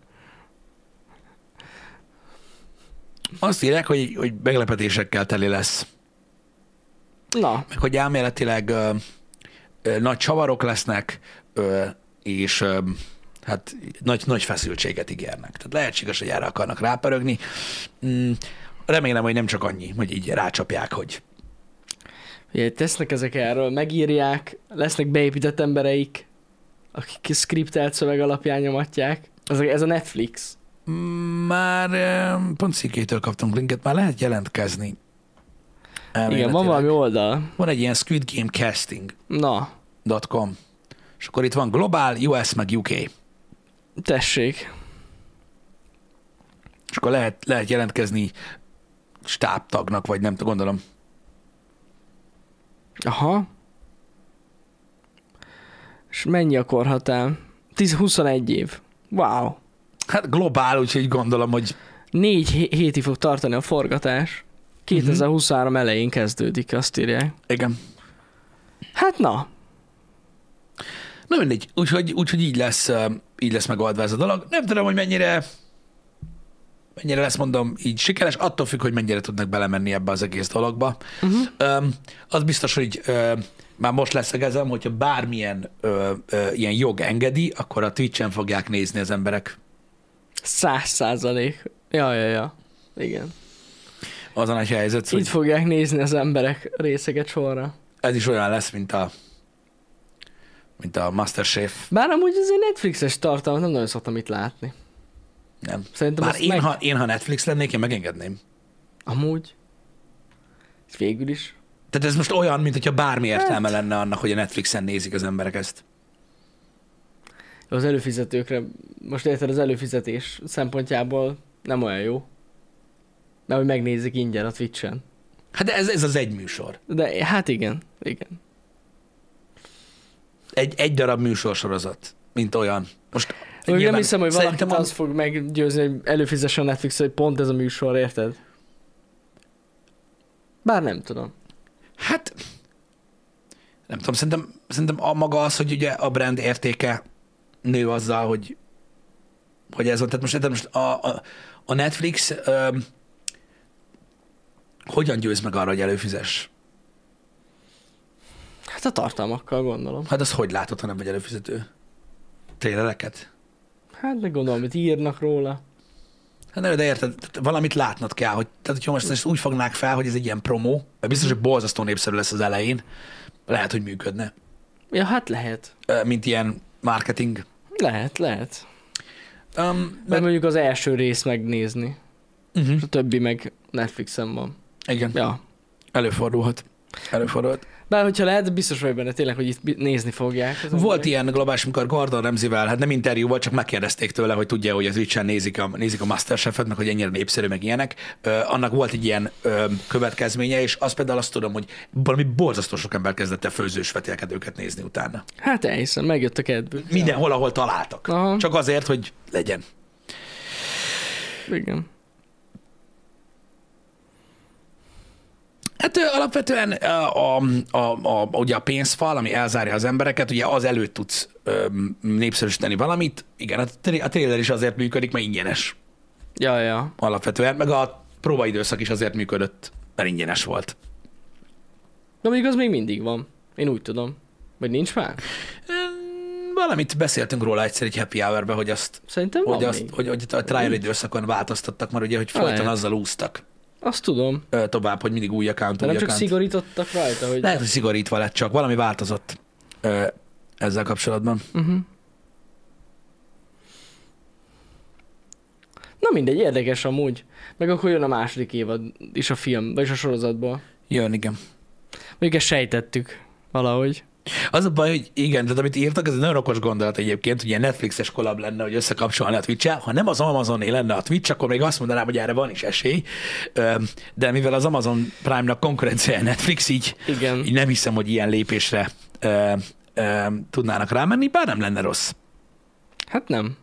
Azt írják, hogy, hogy meglepetésekkel teli lesz. Na, Meg hogy elméletileg ö, ö, nagy csavarok lesznek, ö, és ö, hát nagy, nagy feszültséget ígérnek. Tehát lehetséges, hogy erre akarnak rápörögni. Mm, remélem, hogy nem csak annyi, hogy így rácsapják, hogy ugye tesznek ezek erről, megírják, lesznek beépített embereik, akik skriptelt szöveg alapján nyomatják. Ez a, ez a Netflix. már ö, pont Szikétől kaptunk linket, már lehet jelentkezni. Igen, Elméletileg. van valami oldal. Van egy ilyen Squid Game Casting Na, dot com, és akkor itt van Global, U S meg U K. tessék. És akkor lehet, lehet jelentkezni stábtagnak, vagy nem tudom, gondolom. Aha. És mennyi a korhatár? tíz huszonegy év. Wow. Hát globál, úgyhogy gondolom, hogy Négy hé- hétig fog tartani a forgatás. kétezer-huszonhárom elején kezdődik, azt írják. igen. Hát na, Na mindegy, úgyhogy, úgyhogy így lesz, ö, így lesz megoldva ez a dolog. Nem tudom, hogy mennyire mennyire lesz, mondom, így sikeres, attól függ, hogy mennyire tudnak belemenni ebbe az egész dologba. Uh-huh. Öm, az biztos, hogy ö, már most leszegezem, hogyha bármilyen ö, ö, ilyen jog engedi, akkor a Twitch-en fogják nézni az emberek. száz százalék. Ja, ja, ja. Igen. Az a nagy helyzet, Itt hogy fogják nézni az emberek részeket sorra. ez is olyan lesz, mint a mint a MasterChef. Bár amúgy azért Netflixes tartalmat nem nagyon szoktam itt látni. Nem. Szerintem Bár azt én, meg... ha, én, ha Netflix lennék, én megengedném. Amúgy. És végül is. Tehát ez most olyan, mint hogyha bármi értelme lenne annak, hogy a Netflixen nézik az emberek ezt. Az előfizetőkre, most érted, az előfizetés szempontjából nem olyan jó. Mert hogy megnézik ingyen a Twitch-en. Hát de ez, ez az egy műsor. De hát igen, igen. Egy, egy darab műsorsorozat, mint olyan. Most Úgy nem hiszem, hogy valaki az... az fog meggyőzni, hogy előfizesse a Netflix, hogy pont ez a műsor, érted? Bár nem tudom. Hát, nem tudom, szerintem, szerintem a maga az, hogy ugye a brand értéke nő azzal, hogy, hogy ez van. Tehát most, most a, a, a Netflix öm, hogyan győz meg arra, hogy előfizess? Hát a tartalmakkal gondolom. Hát az hogy látod, ha nem vagy előfizető? Trélereket? Hát meg gondolom, hogy írnak róla. Hát nem, de érted, valamit látnod kell, hogy tehát, hogyha most ezt úgy fognák fel, hogy ez egy ilyen promó, mert biztos, hogy borzasztó népszerű lesz az elején, lehet, hogy működne. Ja, hát lehet. Mint ilyen marketing. Lehet, lehet. Um, mert... mert... mondjuk az első rész megnézni. Uh-huh. A többi meg Netflixen van. Igen. Ja. Előfordulhat. Előfordulhat. Bár hogyha lehet, biztos vagy benne tényleg, hogy itt nézni fogják. Volt emberek. Ilyen globális, amikor Gordon Ramsay-vel, hát nem interjú volt, csak megkérdezték tőle, hogy tudja, hogy az Twitch-en nézik a, nézik a Masterchef-et, meg hogy ennyire népszerű, meg ilyenek. Ö, annak volt egy ilyen ö, következménye, és azt például azt tudom, hogy valami borzasztó sok ember kezdett el főzős vetélkedőket nézni utána. Hát elhiszem, megjött a kedvük. Mindenhol, ahol találtak. Aha. Csak azért, hogy legyen. Igen. Hát alapvetően a, a, a, a, ugye a pénzfal, ami elzárja az embereket, ugye az előtt tudsz ö, népszerűsíteni valamit. Igen, a, a trailer is azért működik, mert ingyenes. Ja, ja. Alapvetően, meg a próbaidőszak is azért működött, mert ingyenes volt. De még az még mindig van. Én úgy tudom. Vagy nincs már? Valamit beszéltünk róla egyszer egy happy hour-ben, hogy azt, Szerintem hogy, van azt hogy, hogy a trial időszakon változtattak, mert ugye, hogy folyton lehet. azzal úsztak. Azt tudom. Tovább, hogy mindig új account, de új nem account. csak szigorítottak rajta, hogy... Lehet, hogy szigorítva lett csak. Valami változott ö, ezzel kapcsolatban. Uh-huh. Na mindegy, érdekes amúgy. Meg akkor jön a második évad is a film, vagyis a sorozatból. Jön, igen. Mondjuk ezt sejtettük valahogy. Az a baj, hogy igen, tehát amit írtak, ez egy nagyon okos gondolat egyébként, hogy ilyen Netflixes kollab lenne, hogy összekapcsolni a Twitch-el. Ha nem az Amazoné lenne a Twitch, akkor még azt mondanám, hogy erre van is esély. De mivel az Amazon Prime-nak konkurencia a Netflix, így, igen. így nem hiszem, hogy ilyen lépésre ö, ö, tudnának rámenni, bár nem lenne rossz. Hát nem.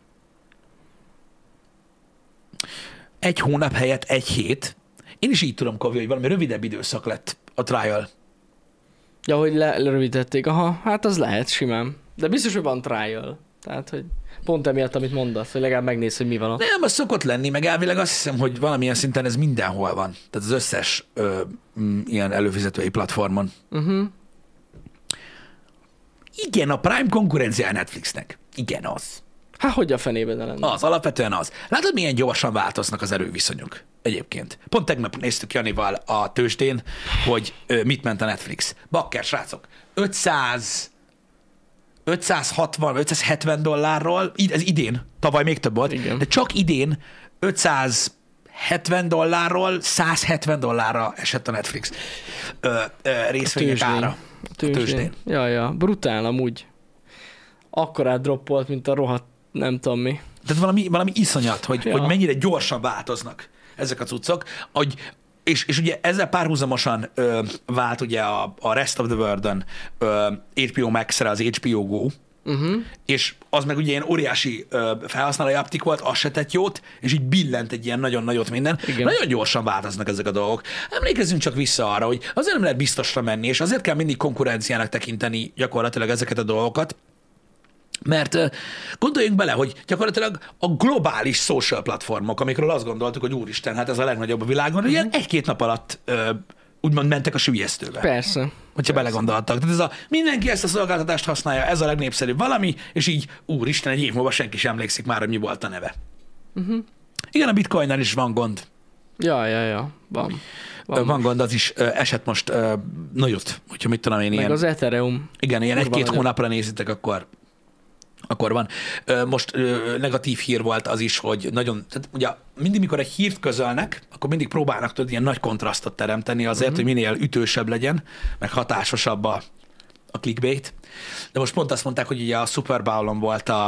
Egy hónap helyett egy hét. Én is így tudom, Kovi, hogy valami rövidebb időszak lett a trial. Ja, hogy le- lerövidítették. Aha, hát az lehet simán. De biztos, hogy van trial. Tehát, hogy pont emiatt, amit mondasz, hogy legalább megnéz, hogy mi van ott. Nem, az szokott lenni, meg elvileg azt hiszem, hogy valamilyen szinten ez mindenhol van. Tehát az összes ö, m, ilyen előfizetői platformon. Uh-huh. Igen, a Prime konkurencia a Netflixnek. Igen, az. Hát hogy a fenében ne lenne? Az, alapvetően az. Látod, milyen gyorsan változnak az erőviszonyok egyébként. Pont tegnap néztük Janival a tőzsdén, hogy ö, mit ment a Netflix. Bakker, srácok, ötszáz, ötszázhatvan, ötszázhetven dollárról, ez idén, tavaly még több volt, igen. De csak idén ötszázhetven dollárról százhetven dollárra esett a Netflix ö, ö, részvények ára. A tőzsdén. tőzsdén. Ja, ja, brutál amúgy. Akkorát droppolt, mint a rohadt nem tudom mi. Tehát valami, valami iszonyat, hogy, ja. hogy mennyire gyorsan változnak ezek a cuccok. Hogy, és, és ugye ezzel párhuzamosan ö, vált ugye a, a Rest of the World-on ö, há bé o Max-re az há bé o Go, uh-huh. És az meg ugye ilyen óriási ö, felhasználói aptik volt, az se tett jót, és így billent egy ilyen nagyon nagyot minden. Igen. Nagyon gyorsan változnak ezek a dolgok. Emlékezzünk csak vissza arra, hogy azért nem lehet biztosra menni, és azért kell mindig konkurenciának tekinteni gyakorlatilag ezeket a dolgokat, mert gondoljunk bele, hogy gyakorlatilag a globális social platformok, amikről azt gondoltuk, hogy úristen, hát ez a legnagyobb a világon, uh-huh. Ilyen egy-két nap alatt ö, úgymond mentek a sülyeztőbe. Persze. Hogyha Persze. belegondoltak. Tehát ez a, mindenki ezt a szolgáltatást használja, ez a legnépszerűbb valami, és így úristen, egy év múlva senki sem emlékszik már, hogy mi volt a neve. Uh-huh. Igen, a bitcoinnal is van gond. Ja, ja, ja, van. Van, van gond, az is ö, esett most ö, nagyot, hogyha mit tudom én. Meg ilyen, az Ethereum. Igen, ilyen egy-két hónapra nézitek, akkor akkor van. Most negatív hír volt az is, hogy nagyon, tehát ugye mindig, mikor egy hírt közölnek, akkor mindig próbálnak tudni ilyen nagy kontrasztot teremteni azért, uh-huh. hogy minél ütősebb legyen, meg hatásosabb a, a clickbait. De most pont azt mondták, hogy ugye a Super Bowl-on volt a,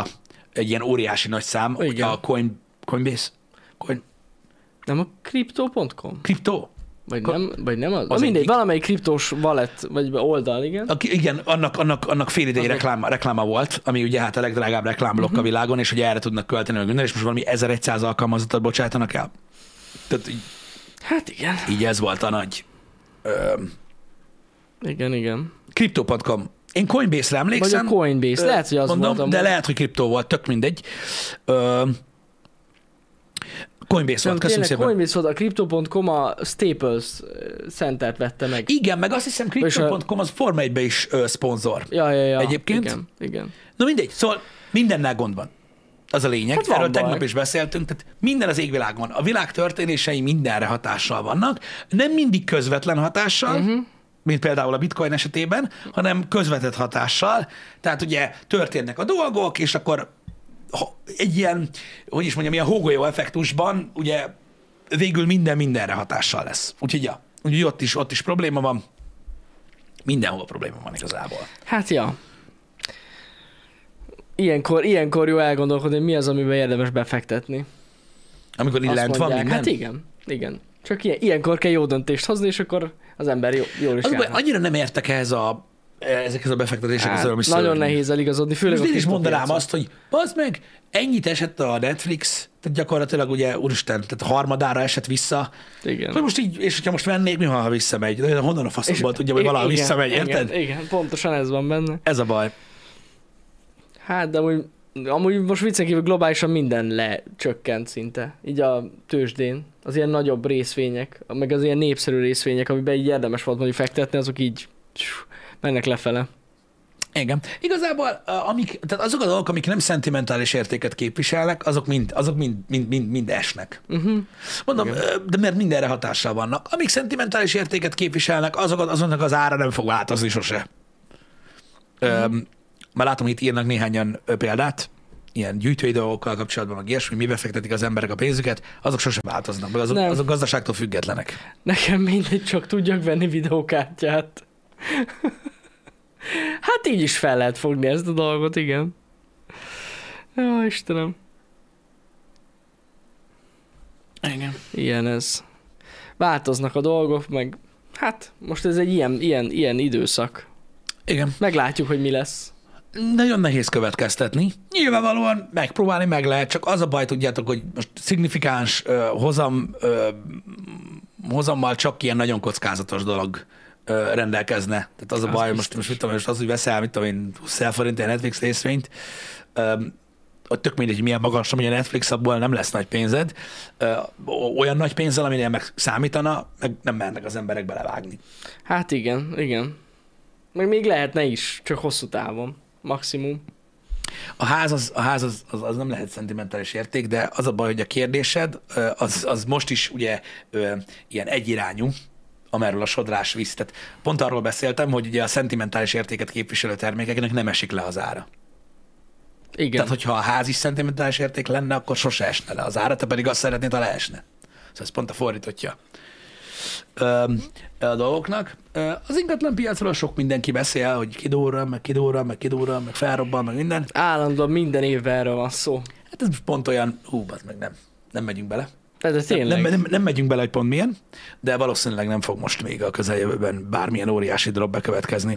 egy ilyen óriási nagy szám, Igen. hogy a Coin, Coinbase, Coin, Nem a crypto pont com? kriptó? Vagy Ko- nem, vagy nem az? az az mindegy, egyik. valamelyik kriptós wallet, vagy oldal, igen. A, igen, annak, annak, annak fél idei Az reklám, rekláma volt, ami ugye hát a legdrágább reklámblokk uh-huh. a világon, és ugye erre tudnak költeni meg minden, és most valami ezerszáz alkalmazottat bocsátanak el. Tehát így, Hát igen. így ez volt a nagy. Ö, Igen, igen. kriptó pont com. Én Coinbase-re Vagy emlékszem. a Coinbase, Ö, lehet, hogy az mondom, volt. de amúgy. lehet, hogy kriptó volt, tök mindegy. Ö, Coinbase Nem, volt, köszönöm tényleg szépen. Coinbase volt, a crypto pont com a Staples Centert vette meg. Igen, meg azt hiszem kriptó pont com az Forma egybe is ö, szponzor. Ja, ja, ja. Egyébként? Igen, igen. Na mindegy, szóval mindennel gond van. Az a lényeg. Hát van Erről baj. tegnap is beszéltünk, tehát minden az égvilágon. A világ történései mindenre hatással vannak. Nem mindig közvetlen hatással, Mhm. uh-huh. mint például a bitcoin esetében, hanem közvetett hatással. Tehát ugye történnek a dolgok, és akkor ha- egy ilyen, hogy is mondjam, ilyen hógolyó effektusban ugye végül minden mindenre hatással lesz. Úgyhogy ja, úgyhogy ott is, ott is probléma van. Mindenhol probléma van igazából. Hát ja. Ilyenkor, ilyenkor jó elgondolkodni, hogy mi az, amiben érdemes befektetni. Amikor így Azt lent van mondják. minden. Hát igen, igen. Csak ilyen, ilyenkor kell jó döntést hozni, és akkor az ember jó, jól is Az, baj, járhat. annyira nem értek ehhez a, ezekhez a befektetésekhez, Hát, ami nagyon szörnyű. nehéz eligazodni, főleg Most a én is mondanám kriptopiacon. azt, hogy bazd meg, ennyit esett a Netflix, tehát gyakorlatilag ugye, úristen, tehát a harmadára esett vissza. Igen. Hogy most így, és hogyha most vennék, mi ha visszamegy? De honnan a faszomból tudja, hogy igen, valahol igen, visszamegy, érted? Igen, igen, pontosan ez van benne. Ez a baj. Hát, de amúgy, amúgy most viccen kívül globálisan minden lecsökkent szinte. Így a tőzsdén. Az ilyen nagyobb részvények, meg az ilyen népszerű részvények, amiben így érdemes volt mondjuk fektetni, azok így mennek lefele. Igen. Igazából a- amik, tehát azok a dolgok, amik nem szentimentális értéket képviselnek, azok mind, azok mind, mind, mind, mind esnek. Uh-huh. Mondom, ö, de mert mindenre hatással vannak. Amik szentimentális értéket képviselnek, azokat, azoknak az ára nem fog változni sose. Mm. Már látom, itt írnak néhányan ö, példát, ilyen gyűjtői dolgokkal kapcsolatban, meg ilyesmi, mibe fektetik az emberek a pénzüket, azok sosem változnak, meg azok, Nem. azok gazdaságtól függetlenek. Nekem mindegy, csak tudjak venni videókártyát. Hát így is fel lehet fogni ezt a dolgot, igen. Jó, Istenem. Igen. Ilyen ez. Változnak a dolgok, meg hát most ez egy ilyen, ilyen, ilyen időszak. Igen. Meglátjuk, hogy mi lesz. Nagyon nehéz következtetni. Nyilvánvalóan megpróbálni meg lehet, csak az a baj, tudjátok, hogy most szignifikáns ö, hozam, ö, hozammal csak ilyen nagyon kockázatos dolog ö, rendelkezne. Tehát az a Az baj, most, biztos. most mit tudom, most az, hogy veszel, mit tudom én, húsz ezer forint egy Netflix részvényt, ö, ott tök mindegy, hogy milyen magas, hogy a Netflix, abból nem lesz nagy pénzed. Ö, olyan nagy pénzzel, aminél meg számítana, meg nem mernek az emberek belevágni. Hát igen, igen. Meg még lehetne is, csak hosszú távon. Maximum. A ház, az, a ház az, az, az nem lehet szentimentális érték, de az a baj, hogy a kérdésed, ö, az, az most is ugye ö, ilyen egyirányú, amerről a sodrás visz. Tehát pont arról beszéltem, hogy ugye a szentimentális értéket képviselő termékeknek nem esik le az ára. Igen. Tehát, hogyha a ház is szentimentális érték lenne, akkor sose esne le az ára, te pedig azt szeretnéd, ha leesne. Szóval ez pont a fordítottja ö, a dolgoknak. Ö, Az ingatlan piacról sok mindenki beszél, hogy kidóra, meg kidóra, meg kidóra, meg felrobban, meg minden. Állandóan minden évben erről van szó. Hát ez most pont olyan, hú, az meg nem, nem megyünk bele. De, de tényleg. Nem, nem, nem megyünk bele, hogy pont milyen, de valószínűleg nem fog most még a közeljövőben bármilyen óriási drop bekövetkezni.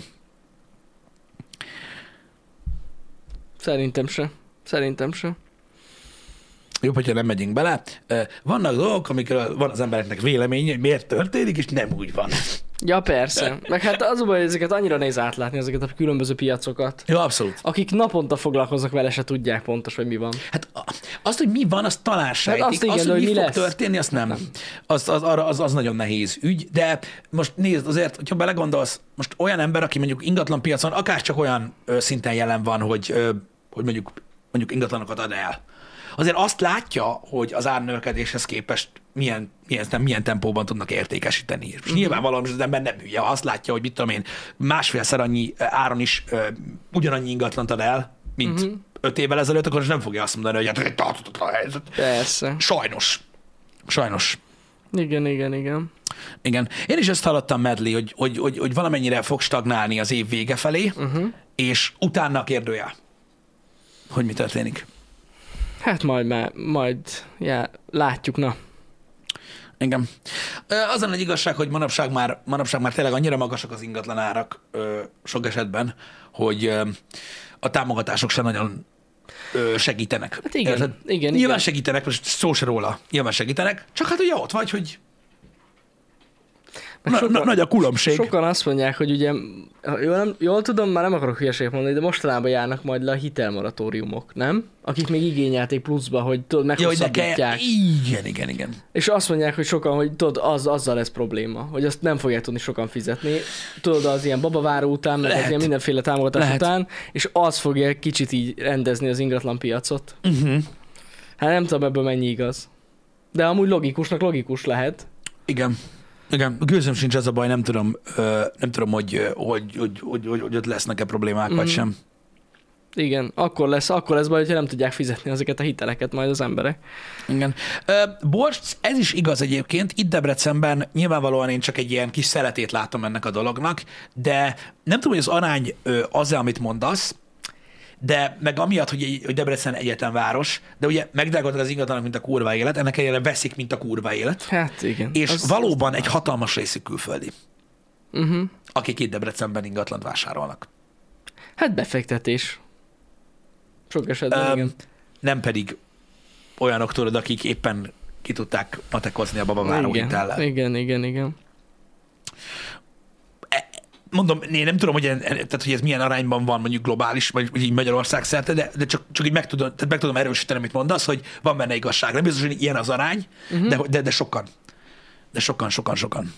Szerintem se. Szerintem se. Jobb, hogyha nem megyünk bele. Ö, Vannak dolgok, amikről van az embereknek véleménye, hogy miért történik, és nem úgy van. Ja, persze. Meg hát az a baj, hogy ezeket annyira nehéz átlátni, ezeket a különböző piacokat. Jó, abszolút. Akik naponta foglalkoznak vele, se tudják pontos, hogy mi van. Hát a- azt, hogy mi van, azt talán sejtik. azt igen, azt, de hogy mi, hogy mi fog lesz? történni, azt nem. Az, az, arra- az, az nagyon nehéz ügy, de most nézd, azért, hogyha belegondolsz, most olyan ember, aki mondjuk ingatlan piacon, akár csak olyan ö, szinten jelen van, hogy, ö, hogy mondjuk, mondjuk ingatlanokat ad el, azért azt látja, hogy az árnövekedéshez képest milyen, milyen, nem, milyen tempóban tudnak értékesíteni. És Mhm. nyilvánvalóan az ember nem hülye, azt látja, hogy mit tudom én, másfélszer annyi ö, áron is ö, ugyanannyi ingatlant ad el, mint Mhm. öt évvel ezelőtt, akkor is nem fogja azt mondani, hogy hát ez egy tarthatatlan helyzet. Persze. Sajnos. Sajnos. Igen, igen, igen. Igen. Én is ezt hallottam, Medli, hogy, hogy, hogy, hogy valamennyire fog stagnálni az év vége felé, Uh-huh. és utána a kérdőjel, hogy mi történik. Hát majd már, majd já, látjuk, na. Igen. Az a nagy igazság, hogy manapság már, manapság már tényleg annyira magasak az ingatlan árak ö, sok esetben, hogy ö, a támogatások sem nagyon ö, segítenek. Hát igen, Érted? igen, Nyilván igen. segítenek, most szó se róla, nyilván segítenek, csak hát ugye ott vagy, hogy na, sokan, na, nagy a kulomség. Sokan azt mondják, hogy ugye, jól, nem, jól tudom, már nem akarok hülyeséget mondani, de mostanában járnak majd le a hitelmoratóriumok, nem? Akik még igényelték pluszba, hogy tudod, Ja, hogy ne meghosszabbítják. kell... Igen, igen, igen. És azt mondják, hogy sokan, hogy tudod, az, azzal lesz probléma, hogy azt nem fogják tudni sokan fizetni. Tudod, az ilyen babaváró után, meg az ilyen mindenféle támogatás Lehet. után, és az fogja kicsit így rendezni az ingatlan piacot. Uh-huh. Hát nem tudom, ebből mennyi igaz. De amúgy logikusnak logikus lehet. Igen. Igen, gőzöm sincs az a baj, nem tudom, ö, nem tudom, hogy, ö, hogy, hogy, hogy, hogy, hogy ott lesznek-e problémák, mm. vagy sem. Igen, akkor lesz, akkor lesz baj, hogyha nem tudják fizetni ezeket a hiteleket majd az emberek. Igen. Ö, Borcs, ez is igaz egyébként, itt Debrecenben nyilvánvalóan én csak egy ilyen kis szeletét látom ennek a dolognak, de nem tudom, hogy az arány ö, az-e, amit mondasz, de meg amiatt, hogy, egy, hogy Debrecen egyetemváros, de ugye megdrágultak az ingatlanok, mint a kurva élet, ennek ellenére veszik, mint a kurva élet, Hát igen. és az, valóban az egy hatalmas részük külföldi, uh-huh. akik itt Debrecenben ingatlant vásárolnak. Hát befektetés. Sok esetben, Um, igen. nem pedig olyanok, tudod, akik éppen ki tudták matekozni a babaváró Igen, hitellel. igen, igen, igen. Mondom, én nem tudom, hogy, en, tehát, hogy ez milyen arányban van mondjuk globális, vagy, vagy így Magyarország szerte, de, de csak, csak így meg tudom, tehát meg tudom erősíteni, amit mondasz, hogy van benne igazság. Nem biztos, hogy ilyen az arány, uh-huh. de, de, de sokan. De sokan, sokan, sokan.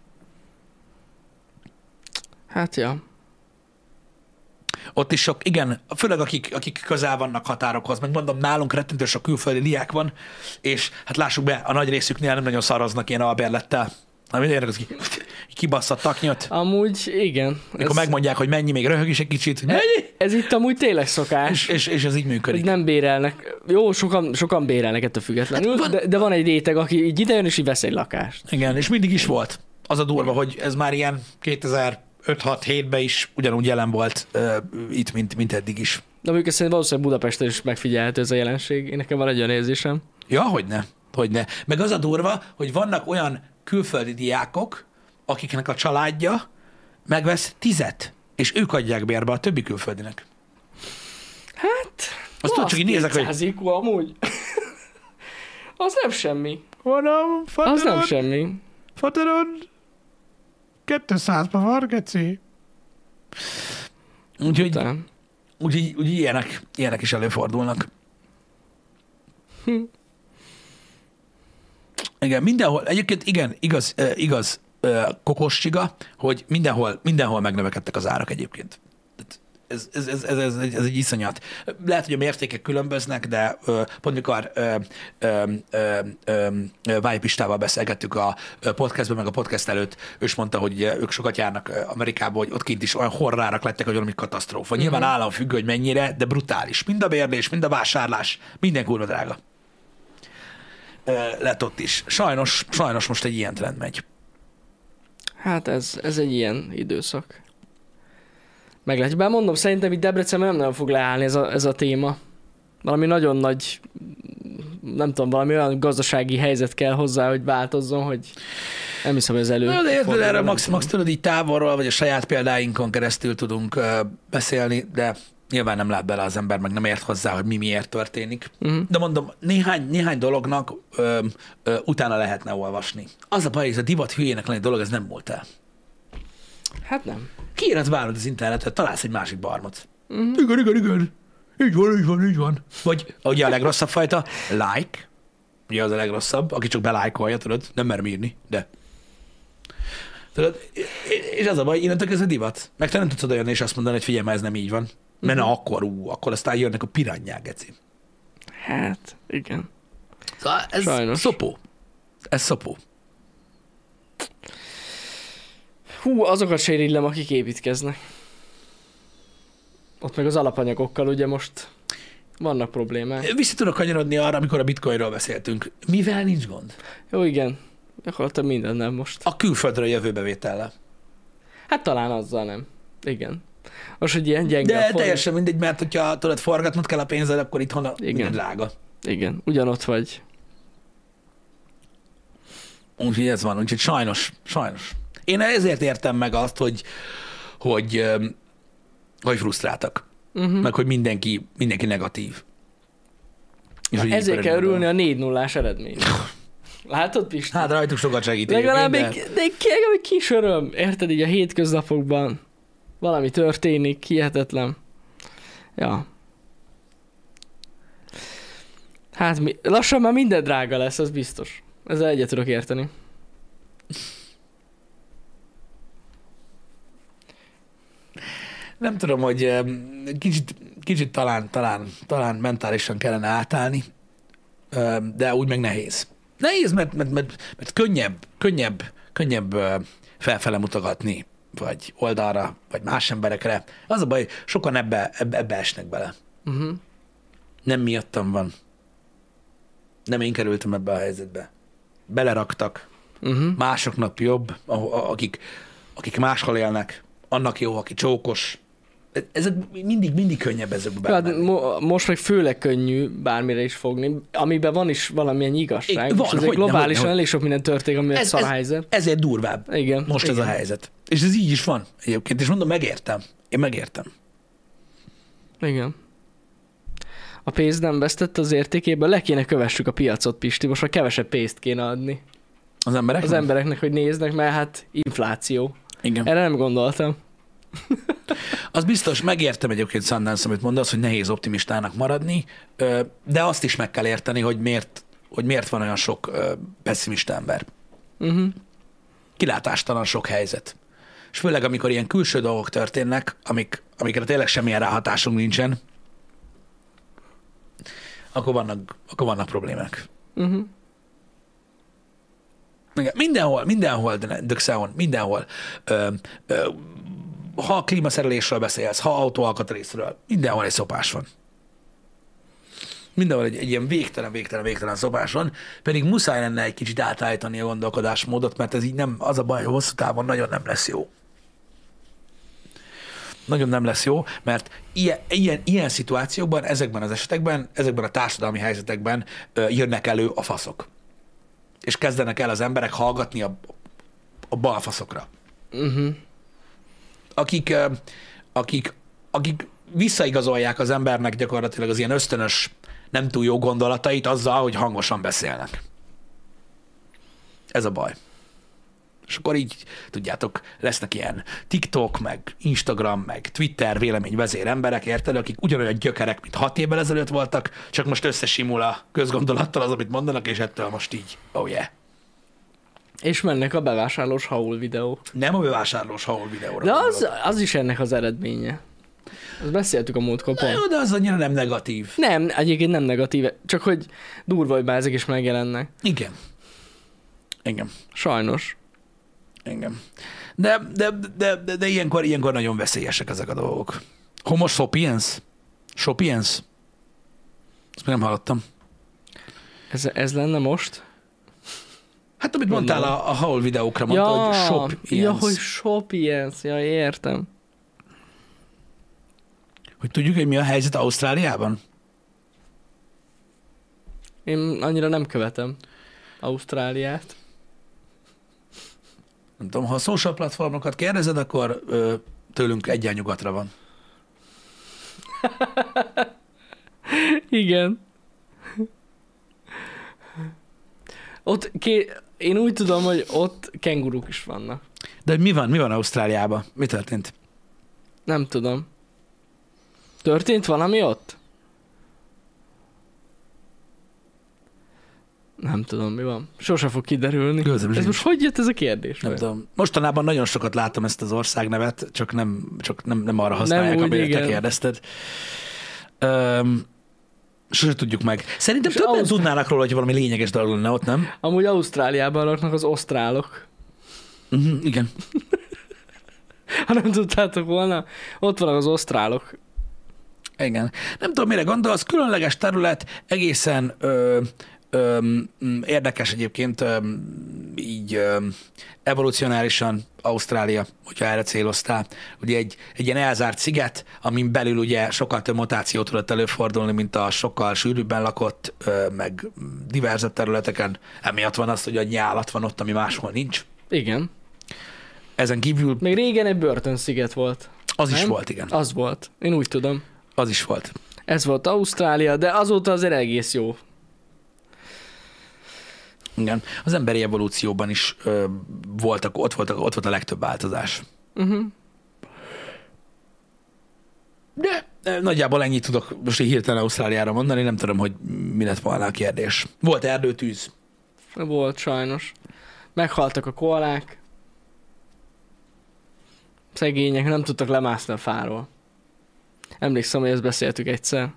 Hát ja. Ott is sok, igen, főleg akik, akik közel vannak határokhoz, meg mondom, nálunk rettentő sok külföldi diák van, és hát lássuk be, a nagy részüknél nem nagyon szaroznak ilyen albérlettel. Na, mindenki az ki, kibasszott taknyot. Amúgy igen. Mikor ez... megmondják, hogy mennyi, még röhög is egy kicsit. Mennyi? Ez itt amúgy tényleg szokás. És, és, és ez így működik. Hogy nem bérelnek. Jó, sokan, sokan bérelnek ettől függetlenül, hát van... de, de van egy réteg, aki így idejön és így vesz egy lakást. Igen, és mindig is volt. Az a durva, hogy ez már ilyen kétezer-öt hat hétben is ugyanúgy jelen volt uh, itt, mint, mint eddig is. De mondjuk ezt valószínűleg Budapesten is megfigyelhető ez a jelenség. Én nekem van egy olyan érzésem. Ja, hogyne. Hogyne. Meg az a durva, hogy vannak olyan külföldi diákok, akiknek a családja megvesz tizet, és ők adják bérbe a többi külföldinek. Hát, azt tudod, csak így nézek, hogy... kétszáz amúgy. Az nem semmi. Hanem, faterod, Az nem semmi. Faterod, kétszázba van, geci. Úgyhogy, úgyhogy, úgyhogy ilyenek, ilyenek is előfordulnak. Hm. Igen, mindenhol, egyébként igen, igaz, igaz kokossiga, hogy mindenhol, mindenhol megnövekedtek az árak egyébként. Ez, ez, ez, ez, ez, egy, ez egy iszonyat. Lehet, hogy a mértékek különböznek, de ö, pont mikor Váj Pistával beszélgettük a podcastban, meg a podcast előtt, ő is mondta, hogy ők sokat járnak Amerikába, hogy ott kint is olyan horrárak lettek, hogy valami katasztrófa. Mm-hmm. Nyilván állam függő, hogy mennyire, de brutális. Mind a bérlés, mind a vásárlás, minden kurva drága. Lett ott is. Sajnos, sajnos most egy ilyen trend megy. Hát ez, ez egy ilyen időszak. Meglátjuk. Bár mondom, szerintem itt Debrecenben nem nagyon fog leállni ez a, ez a téma. Valami nagyon nagy, nem tudom, valami olyan gazdasági helyzet kell hozzá, hogy változzon, hogy nem hiszem, hogy ez elő. Na, de érted, erre max, max tudod így távolról, vagy a saját példáinkon keresztül tudunk uh, beszélni, de nyilván nem lát bele az ember, meg nem ért hozzá, hogy mi miért történik. Uh-huh. De mondom, néhány, néhány dolognak ö, ö, utána lehetne olvasni. Az a baj, hogy ez a divat hülyének lenni dolog, ez nem múlt el. Hát nem. Kiírhatsz bármit az internetet, találsz egy másik barmot. Uh-huh. Igen, igen, igen. Így van, így van, így van. Vagy ugye a legrosszabb fajta, like. Ugye az a legrosszabb, aki csak belájkolja, tudod, nem merem írni, de... Tudod, és az a baj, innentől kezdve divat. Meg te nem tudsz olyan és azt mondani, hogy figyelj, ez nem így van. Mert uh-huh. na akkor, ú, akkor aztán jönnek a piranyák, geci. Hát, igen. Szóval ez Sajnos. szopó. Ez szopó. Hú, azokat se irigylem, akik építkeznek. Ott meg az alapanyagokkal ugye most vannak problémák. Vissza tudok kanyarodni arra, amikor a bitcoinról beszéltünk. Mivel nincs gond? Jó, igen. Gyakorlatilag mindennel most. A külföldről jövő bevétellel. Hát talán azzal nem. Igen. Most, hogy ilyen gyenge de teljesen mindegy, mert hogyha tudod, forgatnod kell a pénzed, akkor itthon a minden drága. Igen, ugyanott vagy. Úgyhogy ez van, úgyhogy sajnos, sajnos. Én ezért értem meg azt, hogy, hogy, öm, hogy frusztráltak. Uh-huh. Meg hogy mindenki, mindenki negatív. És hogy Ezért így kell örülni örülni a négy nullás eredmény. Látod, Pisti? Hát rajtuk sokat segít. Legalább egy, egyébként, de egy, egy kis öröm. Érted, így a hétköznapokban valami történik, hihetetlen. Ja. Hát mi, lassan már minden drága lesz, az biztos. Ezzel egyet tudok érteni. Nem tudom, hogy öm, kicsit, kicsit talán, talán, talán mentálisan kellene átállni, öm, de úgy meg nehéz. Nehéz, mert, mert, mert, mert könnyebb, könnyebb, könnyebb ö, felfele mutogatni, vagy oldalra, vagy más emberekre. Az a baj, sokan ebbe, ebbe, ebbe esnek bele. Uh-huh. Nem miattam van. Nem én kerültem ebbe a helyzetbe. Beleraktak. Uh-huh. Másoknak jobb, akik, akik máshol élnek. Annak jó, aki csókos. Ezek mindig, mindig könnyebb ezekbe Hát belemenni. mo- most meg főleg könnyű bármire is fogni, amiben van is valamilyen igazság. É, van, és azért hogyne, globálisan hogyne, elég sok minden történik, ami Ez- ez, szar ez- helyzet. Ezért durvább. Igen. Most igen. ez a helyzet. És ez így is van egyébként. És mondom, megértem. Én megértem. Igen. A pénz nem vesztette az értékéből, le kéne kövessük a piacot, Pisti, most már kevesebb pénzt kéne adni Az emberek? az embereknek, hogy néznek, mert hát infláció. Igen. Erre nem gondoltam. Az biztos, megértem egyébként Sundance, amit mondasz, hogy nehéz optimistának maradni, ö, de azt is meg kell érteni, hogy miért, hogy miért van olyan sok ö, pessimista ember. Uh-huh. Kilátástalan sok helyzet. És főleg, amikor ilyen külső dolgok történnek, amik, amikre tényleg semmilyen ráhatásunk nincsen, akkor vannak, akkor vannak problémák. Uh-huh. Igen, mindenhol, mindenhol, Döxeon, mindenhol. Ö, ö, ha klímaszerelésről beszélsz, ha autóalkatrészről, mindenhol egy szopás van. Mindenhol egy, egy ilyen végtelen, végtelen, végtelen szopás van, pedig muszáj lenne egy kicsit átállítani a gondolkodásmódot, mert ez így nem, az a baj, hogy hosszú távon nagyon nem lesz jó. Nagyon nem lesz jó, mert ilyen, ilyen, ilyen szituációkban, ezekben az esetekben, ezekben a társadalmi helyzetekben ö, jönnek elő a faszok. És kezdenek el az emberek hallgatni a, a balfaszokra. Uh-huh. Akik, ö, akik, akik visszaigazolják az embernek gyakorlatilag az ilyen ösztönös, nem túl jó gondolatait azzal, hogy hangosan beszélnek. Ez a baj. És akkor így, tudjátok, lesznek ilyen TikTok, meg Instagram, meg Twitter véleményvezér emberek, érted, akik ugyanolyan gyökerek, mint hat évvel ezelőtt voltak, csak most összesimul a közgondolattal az, amit mondanak, és ettől most így, oh yeah. És mennek a bevásárlós haul videók. Nem a bevásárlós haul videóra. De az, gondolok. az is ennek az eredménye. Azt beszéltük a múltkor Na pont. jó, de az annyira nem negatív. Nem, egyébként nem negatív, csak hogy durva, hogy már ezek is megjelennek. Igen. Igen. Sajnos. Igen. De, de, de, de, de ilyenkor, ilyenkor nagyon veszélyesek ezek a dolgok. Homo sapiens? Sapiens? Ezt még nem hallottam. Ez, ez lenne most? Hát amit Gondolom. mondtál a, a haul videókra, mondta, Ja, hogy sapiens. ja, hogy sapiens, ja, értem. Hogy tudjuk, hogy mi a helyzet Ausztráliában? Én annyira nem követem Ausztráliát. Nem tudom, ha a social platformokat kérdezed, akkor ö, tőlünk egyen nyugatra van. Igen. Ott ké... Én úgy tudom, hogy ott kenguruk is vannak. De mi van? Mi van Ausztráliában? Mi történt? Nem tudom. Történt valami ott? Nem tudom, mi van. Sose fog kiderülni. Gőzöm Ez sincs. most hogy jött ez a kérdés? Nem vagy? tudom. Mostanában nagyon sokat látom ezt az országnevet, csak nem, csak nem, nem arra használják, úgy, amire te igen. kérdezted. Öm, sose tudjuk meg. Szerintem És többen Ausztrál- tudnának róla, hogy valami lényeges dolog lenne ott, nem? Amúgy Ausztráliában laknak az osztrálok. Uh-huh, igen. Ha nem tudtátok volna, ott vannak az osztrálok. Igen. Nem tudom, mire gondolsz, különleges terület, egészen ö, Öm, érdekes egyébként öm, így öm, evolucionárisan Ausztrália, hogyha erre céloztál. Ugye egy, egy ilyen elzárt sziget, amin belül ugye sokkal több mutáció tudott előfordulni, mint a sokkal sűrűbben lakott, ö, meg diverzebb területeken. Emiatt van az, hogy a nyálat van ott, ami máshol nincs. Igen. Ezen kívül Még régen egy börtönsziget volt. az is nem? volt, igen. Az volt. Én úgy tudom. Az is volt. Ez volt Ausztrália, de azóta azért egész jó. Igen. Az emberi evolúcióban is ö, voltak, ott, voltak, ott volt a legtöbb változás. Uh-huh. De ö, nagyjából ennyit tudok most így hirtelen Ausztráliára mondani, nem tudom, hogy mi lett volna a kérdés. Volt erdőtűz? Volt sajnos. Meghaltak a koalák. Szegények nem tudtak lemászni a fáról. Emlékszem, hogy ezt beszéltük egyszer.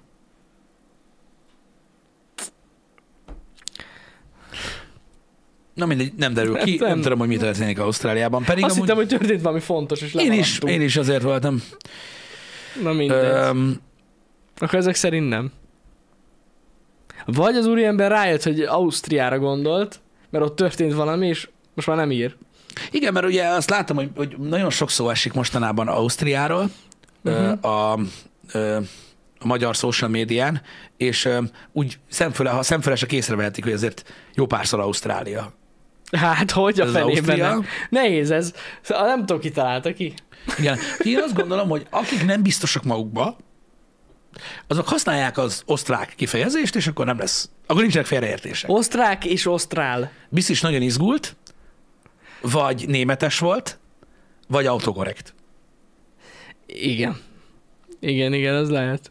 Na mindegy, nem derül ki, Nem. nem tudom, hogy mi történik Ausztráliában. Pedig Azt amúgy hittem, hogy történt valami fontos, és én is, lemaradtunk. én is azért voltam. Na mindegy. Öm, Akkor ezek szerint nem. Vagy az úriember rájött, hogy Ausztriára gondolt, mert ott történt valami, és most már nem ír. igen, mert ugye azt látom, hogy, hogy nagyon sok szó esik mostanában Ausztriáról, Uh-huh. a, a, a magyar social médián, és ö, úgy szemfüle, ha szemfülesek észrevehetik, hogy azért jó párszor Ausztrália. Hát, hogy a Ez az fenében Ausztria? nem. Nehéz ez. Szóval nem tudom, ki találta ki. Igen. Én azt gondolom, hogy akik nem biztosak magukba, azok használják az osztrák kifejezést, és akkor nem lesz. Akkor nincsenek félreértések. Osztrák és osztrál. Biztos nagyon izgult, vagy németes volt, vagy autokorrekt. Igen. Igen, igen, ez lehet.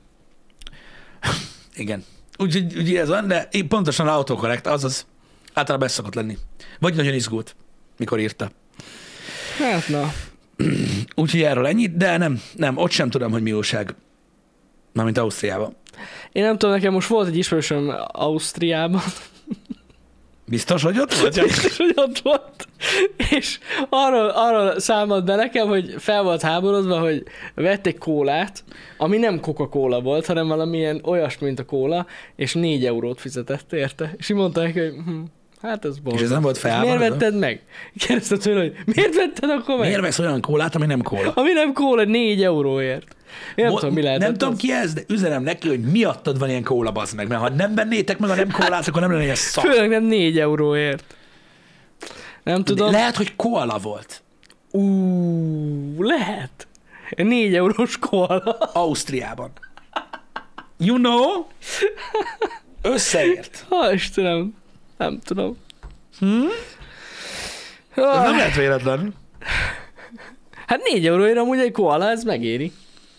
Igen. Úgyhogy úgy ez van, de én pontosan autokorrekt, azaz általában ez szokott lenni. Vagy nagyon izgult, mikor írta. Hát na. Úgyhogy erről ennyit, de nem, nem, ott sem tudom, hogy mi újság. Mármint Ausztriában. Én nem tudom, nekem most volt egy ismerősöm Ausztriában, Biztos, hogy ott volt? biztos, hogy ott volt, és arról, arról számolt be nekem, hogy fel volt háborodva, hogy vett egy kólát, ami nem Coca-Cola volt, hanem valamilyen olyasmi, mint a kóla, és négy eurót fizetett érte. És így mondta neki, hogy hm, hát ez borzasztó. És ez nem volt Miért felháborodva? vetted meg? Kérdezte tőle, hogy miért vetted akkor meg? Miért vesz olyan kólát, ami nem kóla? Ami nem kóla, négy euróért. Én nem Mo- tudom, mi lehet. Nem tudom ki ez, de üzenem neki, hogy miattad van ilyen kóla, bazd meg, mert ha nem vennétek meg a nem kólát, akkor nem lenne ilyen szar. Főleg nem négy euróért. Nem tudom. Lehet, hogy koala volt. Ú, lehet. Négy eurós koala. Ausztriában. You know? Összeért. Ha, Istenem. Nem tudom. Hm? Ez Ah, nem lehet véletlen. Hát négy euróért amúgy egy koala, ez megéri.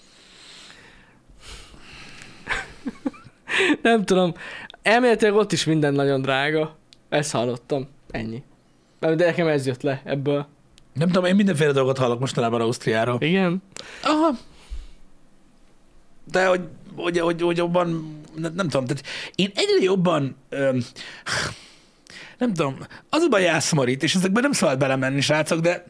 Nem tudom. Elméletileg ott is minden nagyon drága. Ezt hallottam. Ennyi. De nekem ez jött le ebből. Nem tudom, én mindenféle dolgot hallok mostanában Ausztriáról. Igen? Aha. De hogy, hogy, hogy, hogy jobban, nem, nem tudom, tehát én egyre jobban, öm, nem tudom, az a baj elszomorít, és ezekben nem szabad belemenni, srácok, de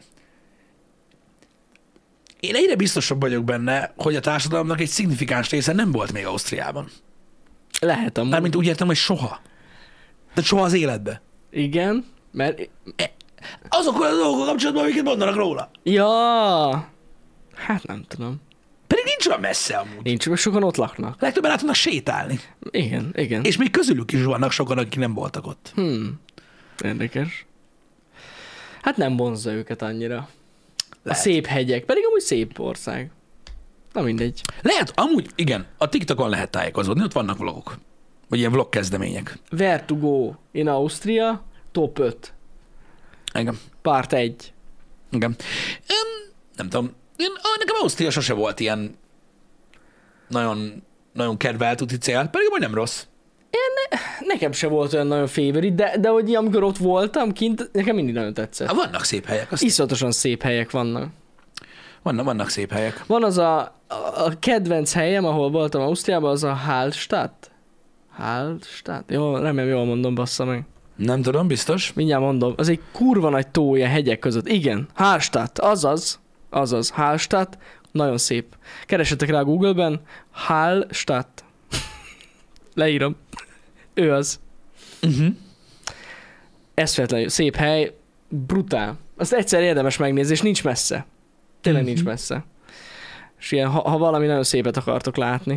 én egyre biztosabb vagyok benne, hogy a társadalomnak egy szignifikáns része nem volt még Ausztriában. Lehet amúgy. Mármint úgy értem, hogy soha. De soha az életbe. Igen, mert... Azokkal a dolgokkal kapcsolatban, amiket mondanak róla. Ja... Hát nem tudom. Pedig nincs olyan messze amúgy. Nincs, mert sokan ott laknak. Legtöbben át tudnak sétálni. Igen, igen. És még közülük is vannak sokan, akik nem voltak ott. Hmm. Érdekes. Hát nem vonzza őket annyira. A Lehet. szép hegyek, pedig amúgy szép ország. Na mindegy. Lehet, amúgy igen, a TikTokon lehet tájékozódni, ott vannak vlogok. Vagy ilyen vlog kezdemények. Where to go in Austria, top öt. Igen. Part egy. Igen. Um, nem tudom, én, ah, nekem Ausztria sose volt ilyen nagyon, nagyon kedvelt úti cél, pedig majd nem rossz. Nekem se volt olyan nagyon favorite, de, de hogy amikor ott voltam kint, nekem mindig nagyon tetszett. Hát vannak szép helyek, azt Iszonyatosan szép helyek vannak. vannak, vannak szép helyek. Van az a, a kedvenc helyem, ahol voltam Ausztriában, az a Hallstatt. Hallstatt? Jó, remélem jól mondom, bassza meg. Nem tudom, biztos. Mindjárt mondom. Az egy kurva nagy tó ilyen hegyek között. Igen, Hallstatt. Azaz. Azaz. Hallstatt. Nagyon szép. Keresetek rá a Google-ben. Hallstatt. Leírom. Ő az. Uh-huh. Eszvetlenül szép hely, brutál. Azt egyszer érdemes megnézni, és nincs messze. Tényleg uh-huh. nincs messze. És ilyen, ha, ha valami nagyon szépet akartok látni.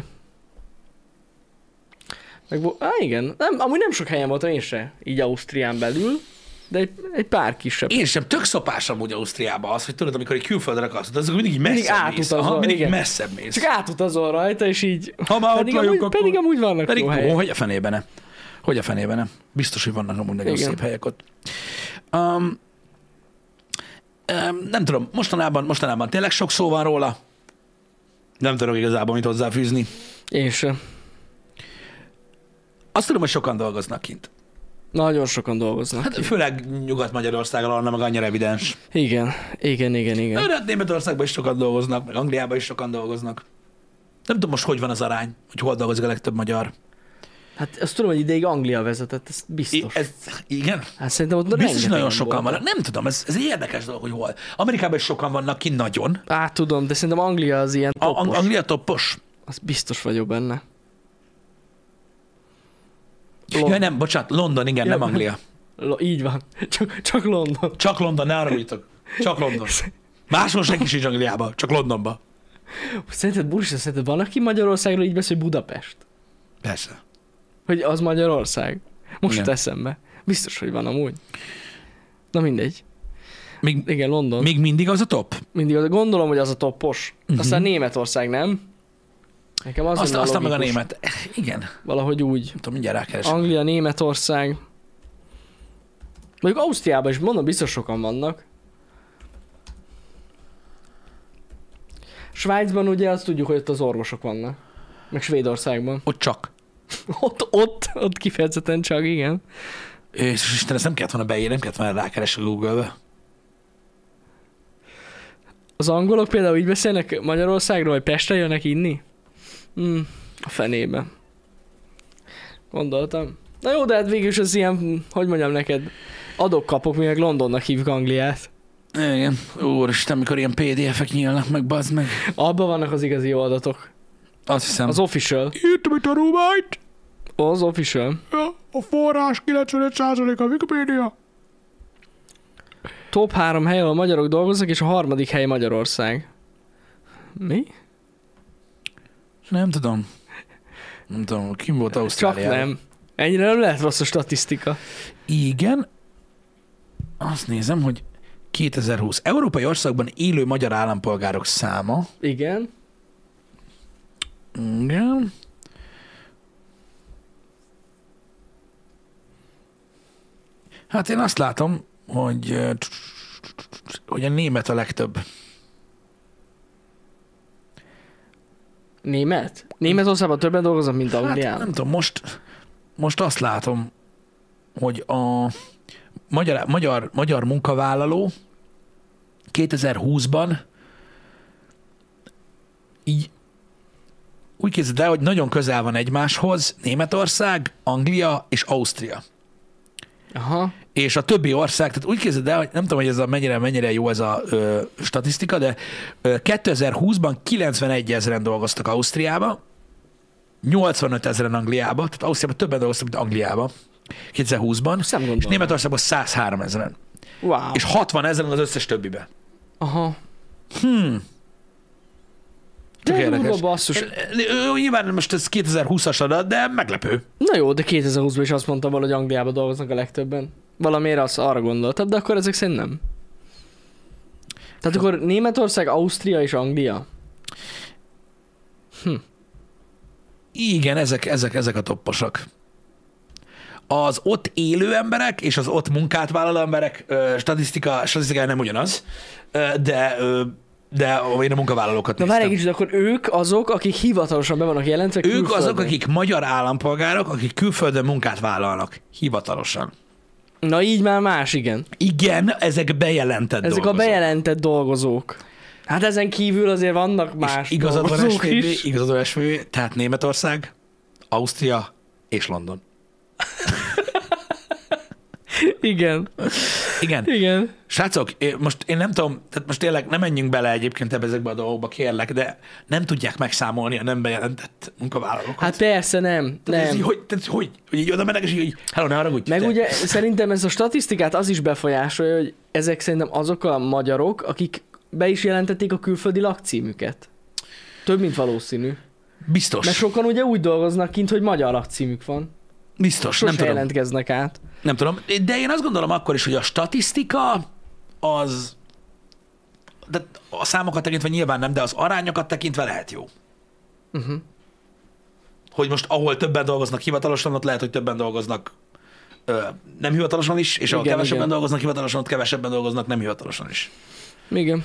Meg, á, igen, nem, amúgy nem sok helyen voltam én se, így Ausztrián belül, de egy, egy pár kisebb. Én sem, tök szopás amúgy Ausztriában az, hogy tudod, amikor egy külföldre akarsz utazni, akkor mindig messzebb mész. Aha, mindig igen. messzebb mész. Csak átutazol rajta, és így... Ha már pedig, ott amúgy, vagyok, pedig amúgy vannak pedig, jó helyek. Ó, hogy a fenében ne? Hogy a fenében ne? Biztos, hogy vannak amúgy nagyon igen. szép helyek ott. Um, um, nem tudom, mostanában, mostanában tényleg sok szó van róla. Nem tudok igazából mit hozzáfűzni. Én sem. Azt tudom, hogy sokan dolgoznak kint. Nagyon sokan dolgoznak. Hát főleg Nyugat-Magyarországon lenne meg annyira evidens. Igen, igen, igen, igen. De hát Németországban is sokan dolgoznak, meg Angliában is sokan dolgoznak. Nem tudom most, hogy van az arány, hogy hol dolgozik a legtöbb magyar. Hát azt tudom, hogy ideig Anglia vezetett, ez biztos. I, ez, igen? Hát szerintem ott biztos, hogy nagyon sokan voltak. vannak. Nem tudom, ez, ez egy érdekes dolog, hogy hol. Amerikában is sokan vannak ki nagyon. Á, tudom, de szerintem Anglia az ilyen A, toppos. Anglia toppos. Az biztos vagyok benne. Lond- Jaj, nem, bocsánat, London, igen, ja, nem Anglia. Lo- így van, csak, csak London. Csak London, ne arra jutok. Csak London. Máshol senki sincs Angliában, csak Londonban. Szerinted, Bursa, szerinted van, aki Magyarországról így beszél, hogy Budapest? Persze. Hogy az Magyarország? Most Igen. jut eszembe. Biztos, hogy van amúgy. Na mindegy. Még, Igen, London. még mindig az a top? Mindig az, gondolom, hogy az a toppos. Uh-huh. Aztán Németország, nem? Nekem az Azt, a aztán meg a logikus. német. Igen. Valahogy úgy. Nem tudom, mindjárt rákeresek. Anglia, Németország. Mondjuk Ausztriában is, mondom, biztos sokan vannak. Svájcban ugye azt tudjuk, hogy ott az orvosok vannak. Meg Svédországban. Ott csak. Ott, ott, ott kifejezetten csak, igen. És Isten, ezt nem kellett volna beírni, nem kellett volna rákeresni a Google-be. Az angolok például így beszélnek Magyarországról, vagy Pestre jönnek inni? Hmm, a fenébe. Gondoltam. Na jó, de hát végül is az ilyen, hogy mondjam neked, adok-kapok, mi meg Londonnak hívjuk Angliát. Igen. Úristen, mikor ilyen pé dé ef-ek nyílnak meg, bazd meg. Abban vannak az igazi adatok. Azt hiszem. Az official. Írtam itt a tanulmányt. Az official. Ja, a forrás kilencvenöt százalék a Wikipédia. Top három hely, ahol magyarok dolgoznak, és a harmadik hely Magyarország. Mi? Nem tudom. Nem tudom, kim volt Csak Ausztráliában. nem. Ennyire nem lehet rossz a statisztika. Igen. Azt nézem, hogy kétezer-húsz. Európai országban élő magyar állampolgárok száma. Igen. Igen. Hát én azt látom, hogy, hogy a német a legtöbb. Német? Németországban többen dolgoznak, mint Anglián. Hát nem tudom, most, most azt látom, hogy a magyar, magyar, magyar munkavállaló kétezer-húszban így úgy képzeld el, hogy nagyon közel van egymáshoz Németország, Anglia és Ausztria. Aha. És a többi ország, tehát úgy képzeld el, hogy nem tudom, hogy ez a mennyire, mennyire jó ez a ö, statisztika, de ö, kétezer-húszban kilencvenegy ezeren dolgoztak Ausztriába, nyolcvanöt ezeren Angliába, tehát Ausztriában többen dolgoztak, mint Angliába kétezer-húszban, és Németországban százhárom ezeren. Wow. És hatvan ezeren az összes többibe. Aha. Hmm. Tök De érdekes. durva, basszus. Nyilván most ez kétezer-húszas adat, de meglepő. Na jó, de kétezer-húszban is azt mondtam valahogy Angliában dolgoznak a legtöbben. Valamiért azt arra gondoltam, de akkor ezek szerint nem. Tehát akkor Németország, Ausztria és Anglia. Hm. Igen, ezek, ezek, ezek a topposak. Az ott élő emberek és az ott munkát vállaló emberek ö, statisztika, statisztikája nem ugyanaz, ö, de, ö, de én a munkavállalókat Na néztem. várj egy kicsit, akkor ők azok, akik hivatalosan be vannak jelentve Ők külföldön. azok, akik magyar állampolgárok, akik külföldön munkát vállalnak. Hivatalosan. Na így már más, igen. Igen, ezek bejelentett Ezek dolgozók. a bejelentett dolgozók. Hát ezen kívül azért vannak más És igazad van dolgozók es vé bé, is. igazad van es vé bé, tehát Németország, Ausztria és London. Igen. Igen. Igen. Srácok, én- most én nem tudom, tehát most tényleg nem menjünk bele egyébként ebbe ezekbe a dolgokba, kérlek, de nem tudják megszámolni a nem bejelentett munkavállalókat. Hát persze nem, Tehát ez nem. így, hogy, tehát, hogy, hogy így oda mennek, és így, hello, ne haragudj. Meg te- ugye szerintem ez a statisztikát az is befolyásolja, hogy ezek szerintem azok a magyarok, akik be is jelentették a külföldi lakcímüket. Több, mint valószínű. Biztos, Mert sokan ugye úgy dolgoznak kint, hogy magyar lakcímük van. biztos, nem Sose tudom. jelentkeznek át. Nem tudom, de én azt gondolom akkor is, hogy a statisztika az, de a számokat tekintve nyilván nem, de az arányokat tekintve lehet jó. Uh-huh. Hogy most ahol többen dolgoznak hivatalosan, ott lehet, hogy többen dolgoznak ö, nem hivatalosan is, és ahol Igen, kevesebben igen. dolgoznak hivatalosan, ott kevesebben dolgoznak nem hivatalosan is. Igen.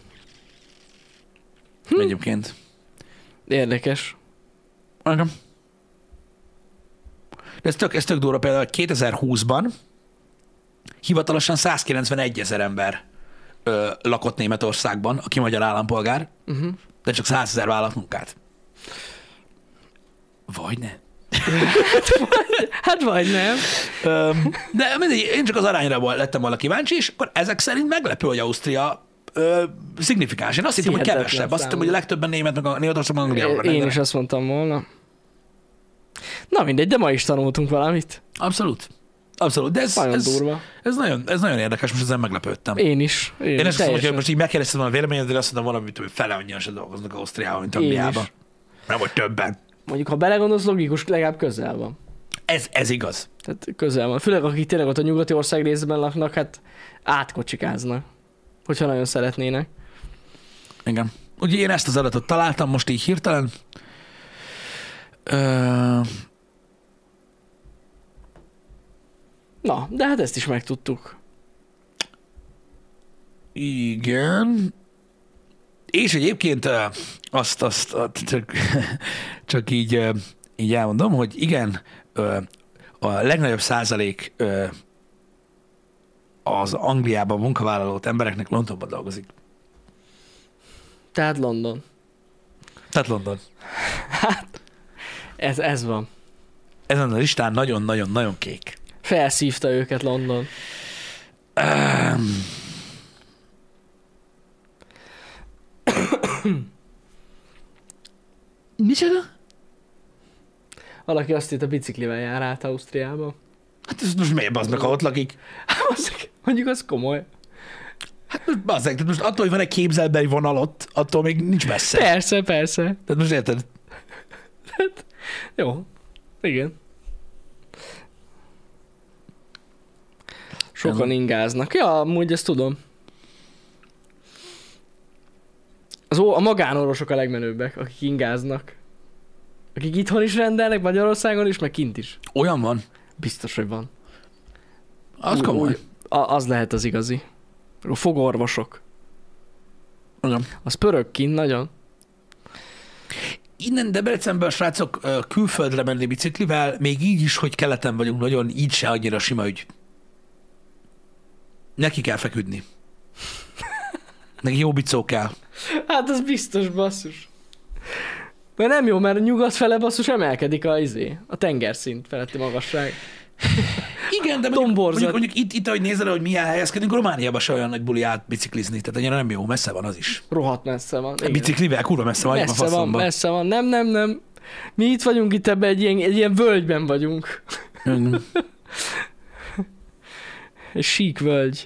Hm. Egyébként. Érdekes. Igen. De ez tök, ez tök durva, például kétezer-húszban hivatalosan százkilencvenegy ezer ember ö, lakott Németországban, aki magyar állampolgár, Uh-huh. de csak százezer vállalt munkát. Vagy ne. Hát vagy nem. Öm, de mindegy, én csak az arányra vol- lettem volna kíváncsi, és akkor ezek szerint meglepő, hogy Ausztria ö, szignifikáns. Én azt hittem, hogy Hihetetlen kevesebb. Azt hittem, hogy a számú. legtöbben német, meg a Németországban, Angliában. Én is azt mondtam volna. Na mindegy, de ma is tanultunk valamit. Abszolút. Abszolút. De ez, Nagyon ez, durva. ez, nagyon, ez nagyon érdekes, most ezen meglepődtem. Én is. Én, Én is, ezt mondom, hogy teljesen. most így megkérdeztem volna a véleményed, de azt mondom valamit, hogy fele annyian se dolgoznak Ausztriában, mint Én Angliában. is. Nem, vagy többen. Mondjuk, ha belegondolsz, logikus, legalább közel van. Ez, ez igaz. Tehát közel van. Főleg akik tényleg ott a nyugati ország részben laknak, hát átkocsikáznak. Hogyha nagyon szeretnének. Igen. Ugye én ezt az adatot találtam most így hirtelen. Ö... Na, de hát ezt is megtudtuk. Igen. És egyébként ö, azt, azt, azt csak, csak így, ö, így elmondom, hogy igen, ö, a legnagyobb százalék ö, az Angliában munkavállalót embereknek Londonban dolgozik. Tehát London. Tehát London. Ez, ez van. Ezen a listán nagyon-nagyon-nagyon kék. Felszívta őket London. Um, Micsoda? Valaki azt írt, a biciklivel jár át Ausztriába. Hát ez most miért baznak, ha ott lakik? Az- Mondjuk az komoly. Hát most bazzeg, tehát most attól, hogy van egy képzelbeli vonal ott, attól még nincs messze. Persze, persze. Tehát most érted? Jó. Igen. Sokan ingáznak. Ja, amúgy ezt tudom. Az ó, a magánorvosok a legmenőbbek, akik ingáznak. Akik itthon is rendelnek, Magyarországon is, meg kint is. Olyan van. Biztos, hogy van. Az Úgy- komoly. úgy- a, az lehet az igazi. A fogorvosok. Igen. Az pörög kint nagyon. Innen Debrecenből, srácok, ö, külföldre menni biciklivel, még így is, hogy keleten vagyunk, nagyon így se annyira sima ügy. Neki kell feküdni. Neki jó bicó kell. Hát az biztos, basszus. Mert nem jó, mert nyugat fele basszus emelkedik a izé, a tengerszint feletti magasság. Igen, de mondjuk, Domborzat. mondjuk, mondjuk itt, itt, ahogy nézel, hogy milyen helyezkedünk, Romániában se olyan nagy buli át biciklizni, tehát annyira nem jó, messze van az is. Rohadt messze van. A Igen. biciklivel kurva messze vagy a Messze van, faszomba. messze van. Nem, nem, nem. Mi itt vagyunk, itt ebben egy ilyen, egy ilyen völgyben vagyunk. Mm. Egy sík völgy.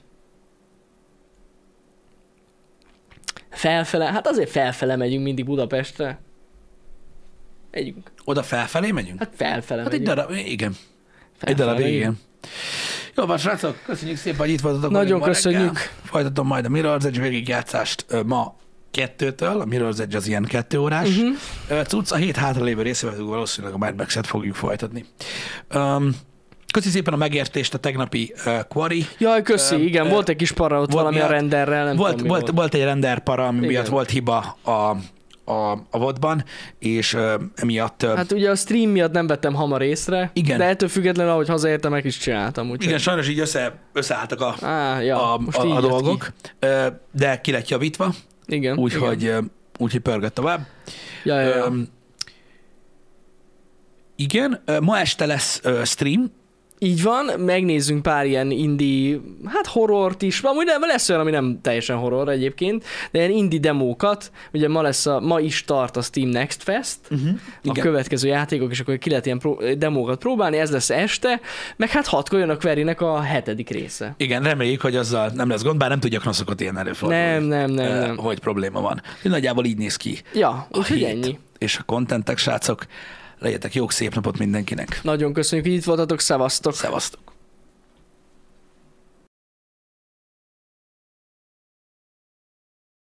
Felfele, hát azért felfele megyünk mindig Budapestre. Megyünk. Oda felfelé megyünk? Hát felfele Hát egy megyünk. darab, igen. Egy Felfele darabig, megyünk. igen. Jó van, srácok, köszönjük szépen, hogy itt voltatok. Nagyon velünk ma köszönjük. reggel. Folytatom majd a Mirror's Edge végigjátszást ö, ma kettőtől, a Mirror's Edge az ilyen kettő órás. Mhm. Uh-huh. Cucc, a hét hátralévő részével valószínűleg a Mad Max-et fogjuk folytatni. Um, Köszi szépen a megértést a tegnapi uh, Quarry. Jaj, köszi, Ö, igen, ö, volt egy kis para ott volt valami a miatt- renderrel, nem Volt, tudom, mi volt, volt. volt egy render para, ami Igen. miatt volt hiba a, a, a vodban, és uh, emiatt... Uh, Hát ugye a stream miatt nem vettem hamar észre, Igen. de ettől függetlenül, ahogy hazaértem, meg is csináltam. Úgyhogy... igen, sajnos így össze, összeálltak a, Á, ja, a, most a, így a jött dolgok, Ö, de ki lett javítva, Ki. Igen. úgyhogy igen. ö, úgyhogy pörgött tovább. Ja, ja, ja. Öm, igen, ö, ma este lesz ö, stream, Így van, megnézzünk pár ilyen indie, hát horrort is, amúgy nem, lesz olyan, ami nem teljesen horror egyébként, de ilyen indie demókat, ugye ma lesz a, ma is tart a Steam Next Fest, uh-huh, a igen. következő játékok, és akkor ki lehet ilyen pró- demókat próbálni, ez lesz este, meg hát hatkor jön a Querynek a hetedik része. Igen, reméljük, hogy azzal nem lesz gond, bár nem tudja knosszokat ilyen előfordulni. Nem, nem, nem, eh, nem. Hogy probléma van. Nagyjából így néz ki. Ja, a úgyhogy hét. ennyi. És a kontentek, srácok, legyetek jók, szép napot mindenkinek. Nagyon köszönjük, hogy itt voltatok, szevasztok! Szevasztok!